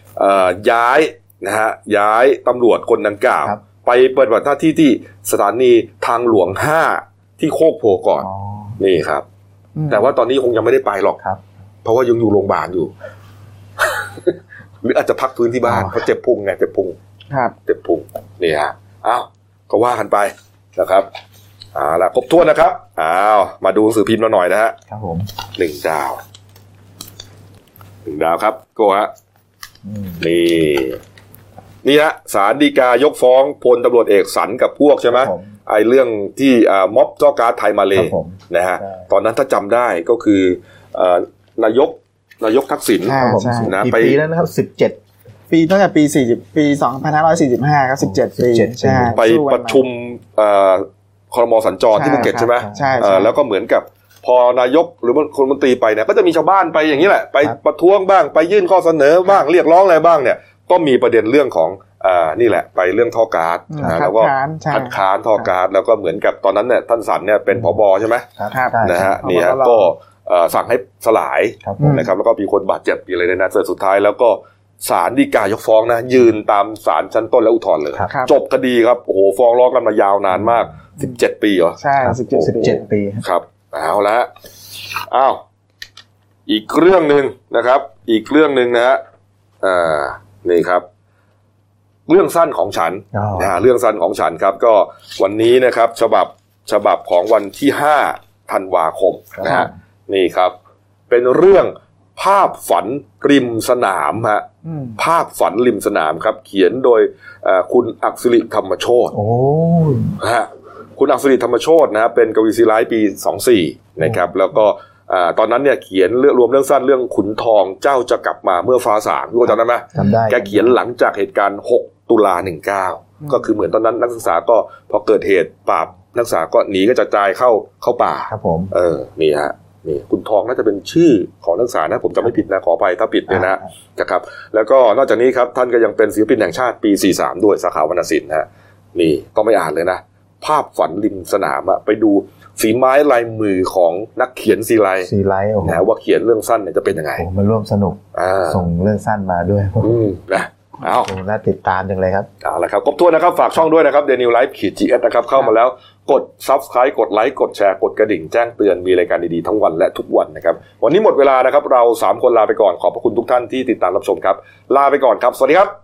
ย้ายตำรวจคนดังกล่าวไปปฏิบัติหน้าที่ที่สถานีทางหลวง5ที่โคกโพก่อนนี่ครับแต่ว่าตอนนี้คงยังไม่ได้ไปหรอกเพราะว่ายังอยู่โรงพยาบาลอยู่ หรืออาจจะพักฟื้นที่บ้านเพราะเจ็บพุงไงเจ็บพุงเจ็บพุงนี่ฮะอ้าวก็ว่ากันไปนะครับล่ะครบถ้วนนะครับมาดูหนังสือพิมพ์เราหน่อยนะฮะครับผม 1 ดาว1 ดาวครับโก้ฮะนี่ฮะศาลฎีกายกฟ้องพลตำรวจเอกสันกับพวกใช่ไหมไอ้เรื่องที่ม็อบเจ้าการ์ดไทยมาเลนะฮะตอนนั้นถ้าจำได้ก็คือนายกทักษิณนะไปปีแล้วนะครับ17 ปีตั้งแต่ปี2545ครับ17 ปีไปประชุมครม.สัญจรที่ภูเก็ตใช่ไหมแล้วก็เหมือนกับพอนายกหรือคนมนตรีไปเนี่ยก็จะมีชาวบ้านไปอย่างนี้แหละไปประท้วงบ้างไปยื่นข้อเสนอบ้างเรียกร้องอะไรบ้างเนี่ยก็มีประเด็นเรื่องของนี่แหละไปเรื่องท่อก๊าซแล้วก็คัดค้านท่อก๊าซแล้วก็เหมือนกับตอนนั้นเนี่ยท่านสันเนี่ยเป็นผบ.ใช่ไหมนะฮะนี่ฮะก็สั่งให้สลายนะครับแล้วก็มีคนบาดเจ็บอะไรในนั้นสุดท้ายแล้วก็ศาลฎีกายกฟ้องนะยืนตามศาลชั้นต้นและอุทธรณ์เลยจบคดีครับโอ้โหฟ้องร้องกันมายาวนานมาก17 ปีเหรอใช่ 17 ปีครับเอาละอีกเรื่องนึงนะครับอีกเรื่องนึงนะฮะนี่ครับเรื่องสั้นของฉันเรื่องสั้นของฉันครับก็วันนี้นะครับฉบับของวันที่5 ธันวาคมนะฮะนี่ครับเป็นเรื่องภาพฝันริมสนามฮะภาพฝันริมสนามครับเขียนโดยคุณอักษริธรรมโชติฮะคุณอักษริธรรมโชตินะเป็นกวีศิลป์ปี24นะครับแล้วก็ตอนนั้นเนี่ยเขียนรวมเรื่องสั้นเรื่องขุนทองเจ้าจะกลับมาเมื่อฟ้าสางรู้จำได้ไหมจำได้แกเขียนหลังจากเหตุการณ์6 ตุลา 19ก็คือเหมือนตอนนั้นนักศึกษาก็พอเกิดเหตุปราบนักศึกษาก็หนีกระจายเข้าป่าครับผมนี่ฮะนี่ขุนทองน่าจะเป็นชื่อของนักศึกษานะผมจำไม่ผิดนะขออภัยถ้าผิดเนี่ยนะครับแล้วก็นอกจากนี้ครับท่านก็ยังเป็นศิลปินแห่งชาติปี43ด้วยสาขาวรรณศิลป์นะนี่ต้องไม่อ่านเลยนะภาพฝันริมสนามไปดูฝีไม้ลายมือของนักเขียนซีไลนะว่าเขียนเรื่องสั้นเนี่ยจะเป็นยังไงมาร่วมสนุกส่งเรื่องสั้นมาด้วยนะน่าติดตามจังเลยครับเอาละครับครบถ้วนนะครับฝากช่องด้วยนะครับ Daily Life GS นะครับเข้ามาแล้วกด Subscribe กดไลค์กดแชร์กดกระดิ่งแจ้งเตือนมีรายการดีๆทั้งวันและทุกวันนะครับวันนี้หมดเวลานะครับเรา3คนลาไปก่อนขอบพระคุณทุกท่านที่ติดตามรับชมครับลาไปก่อนครับสวัสดีครับ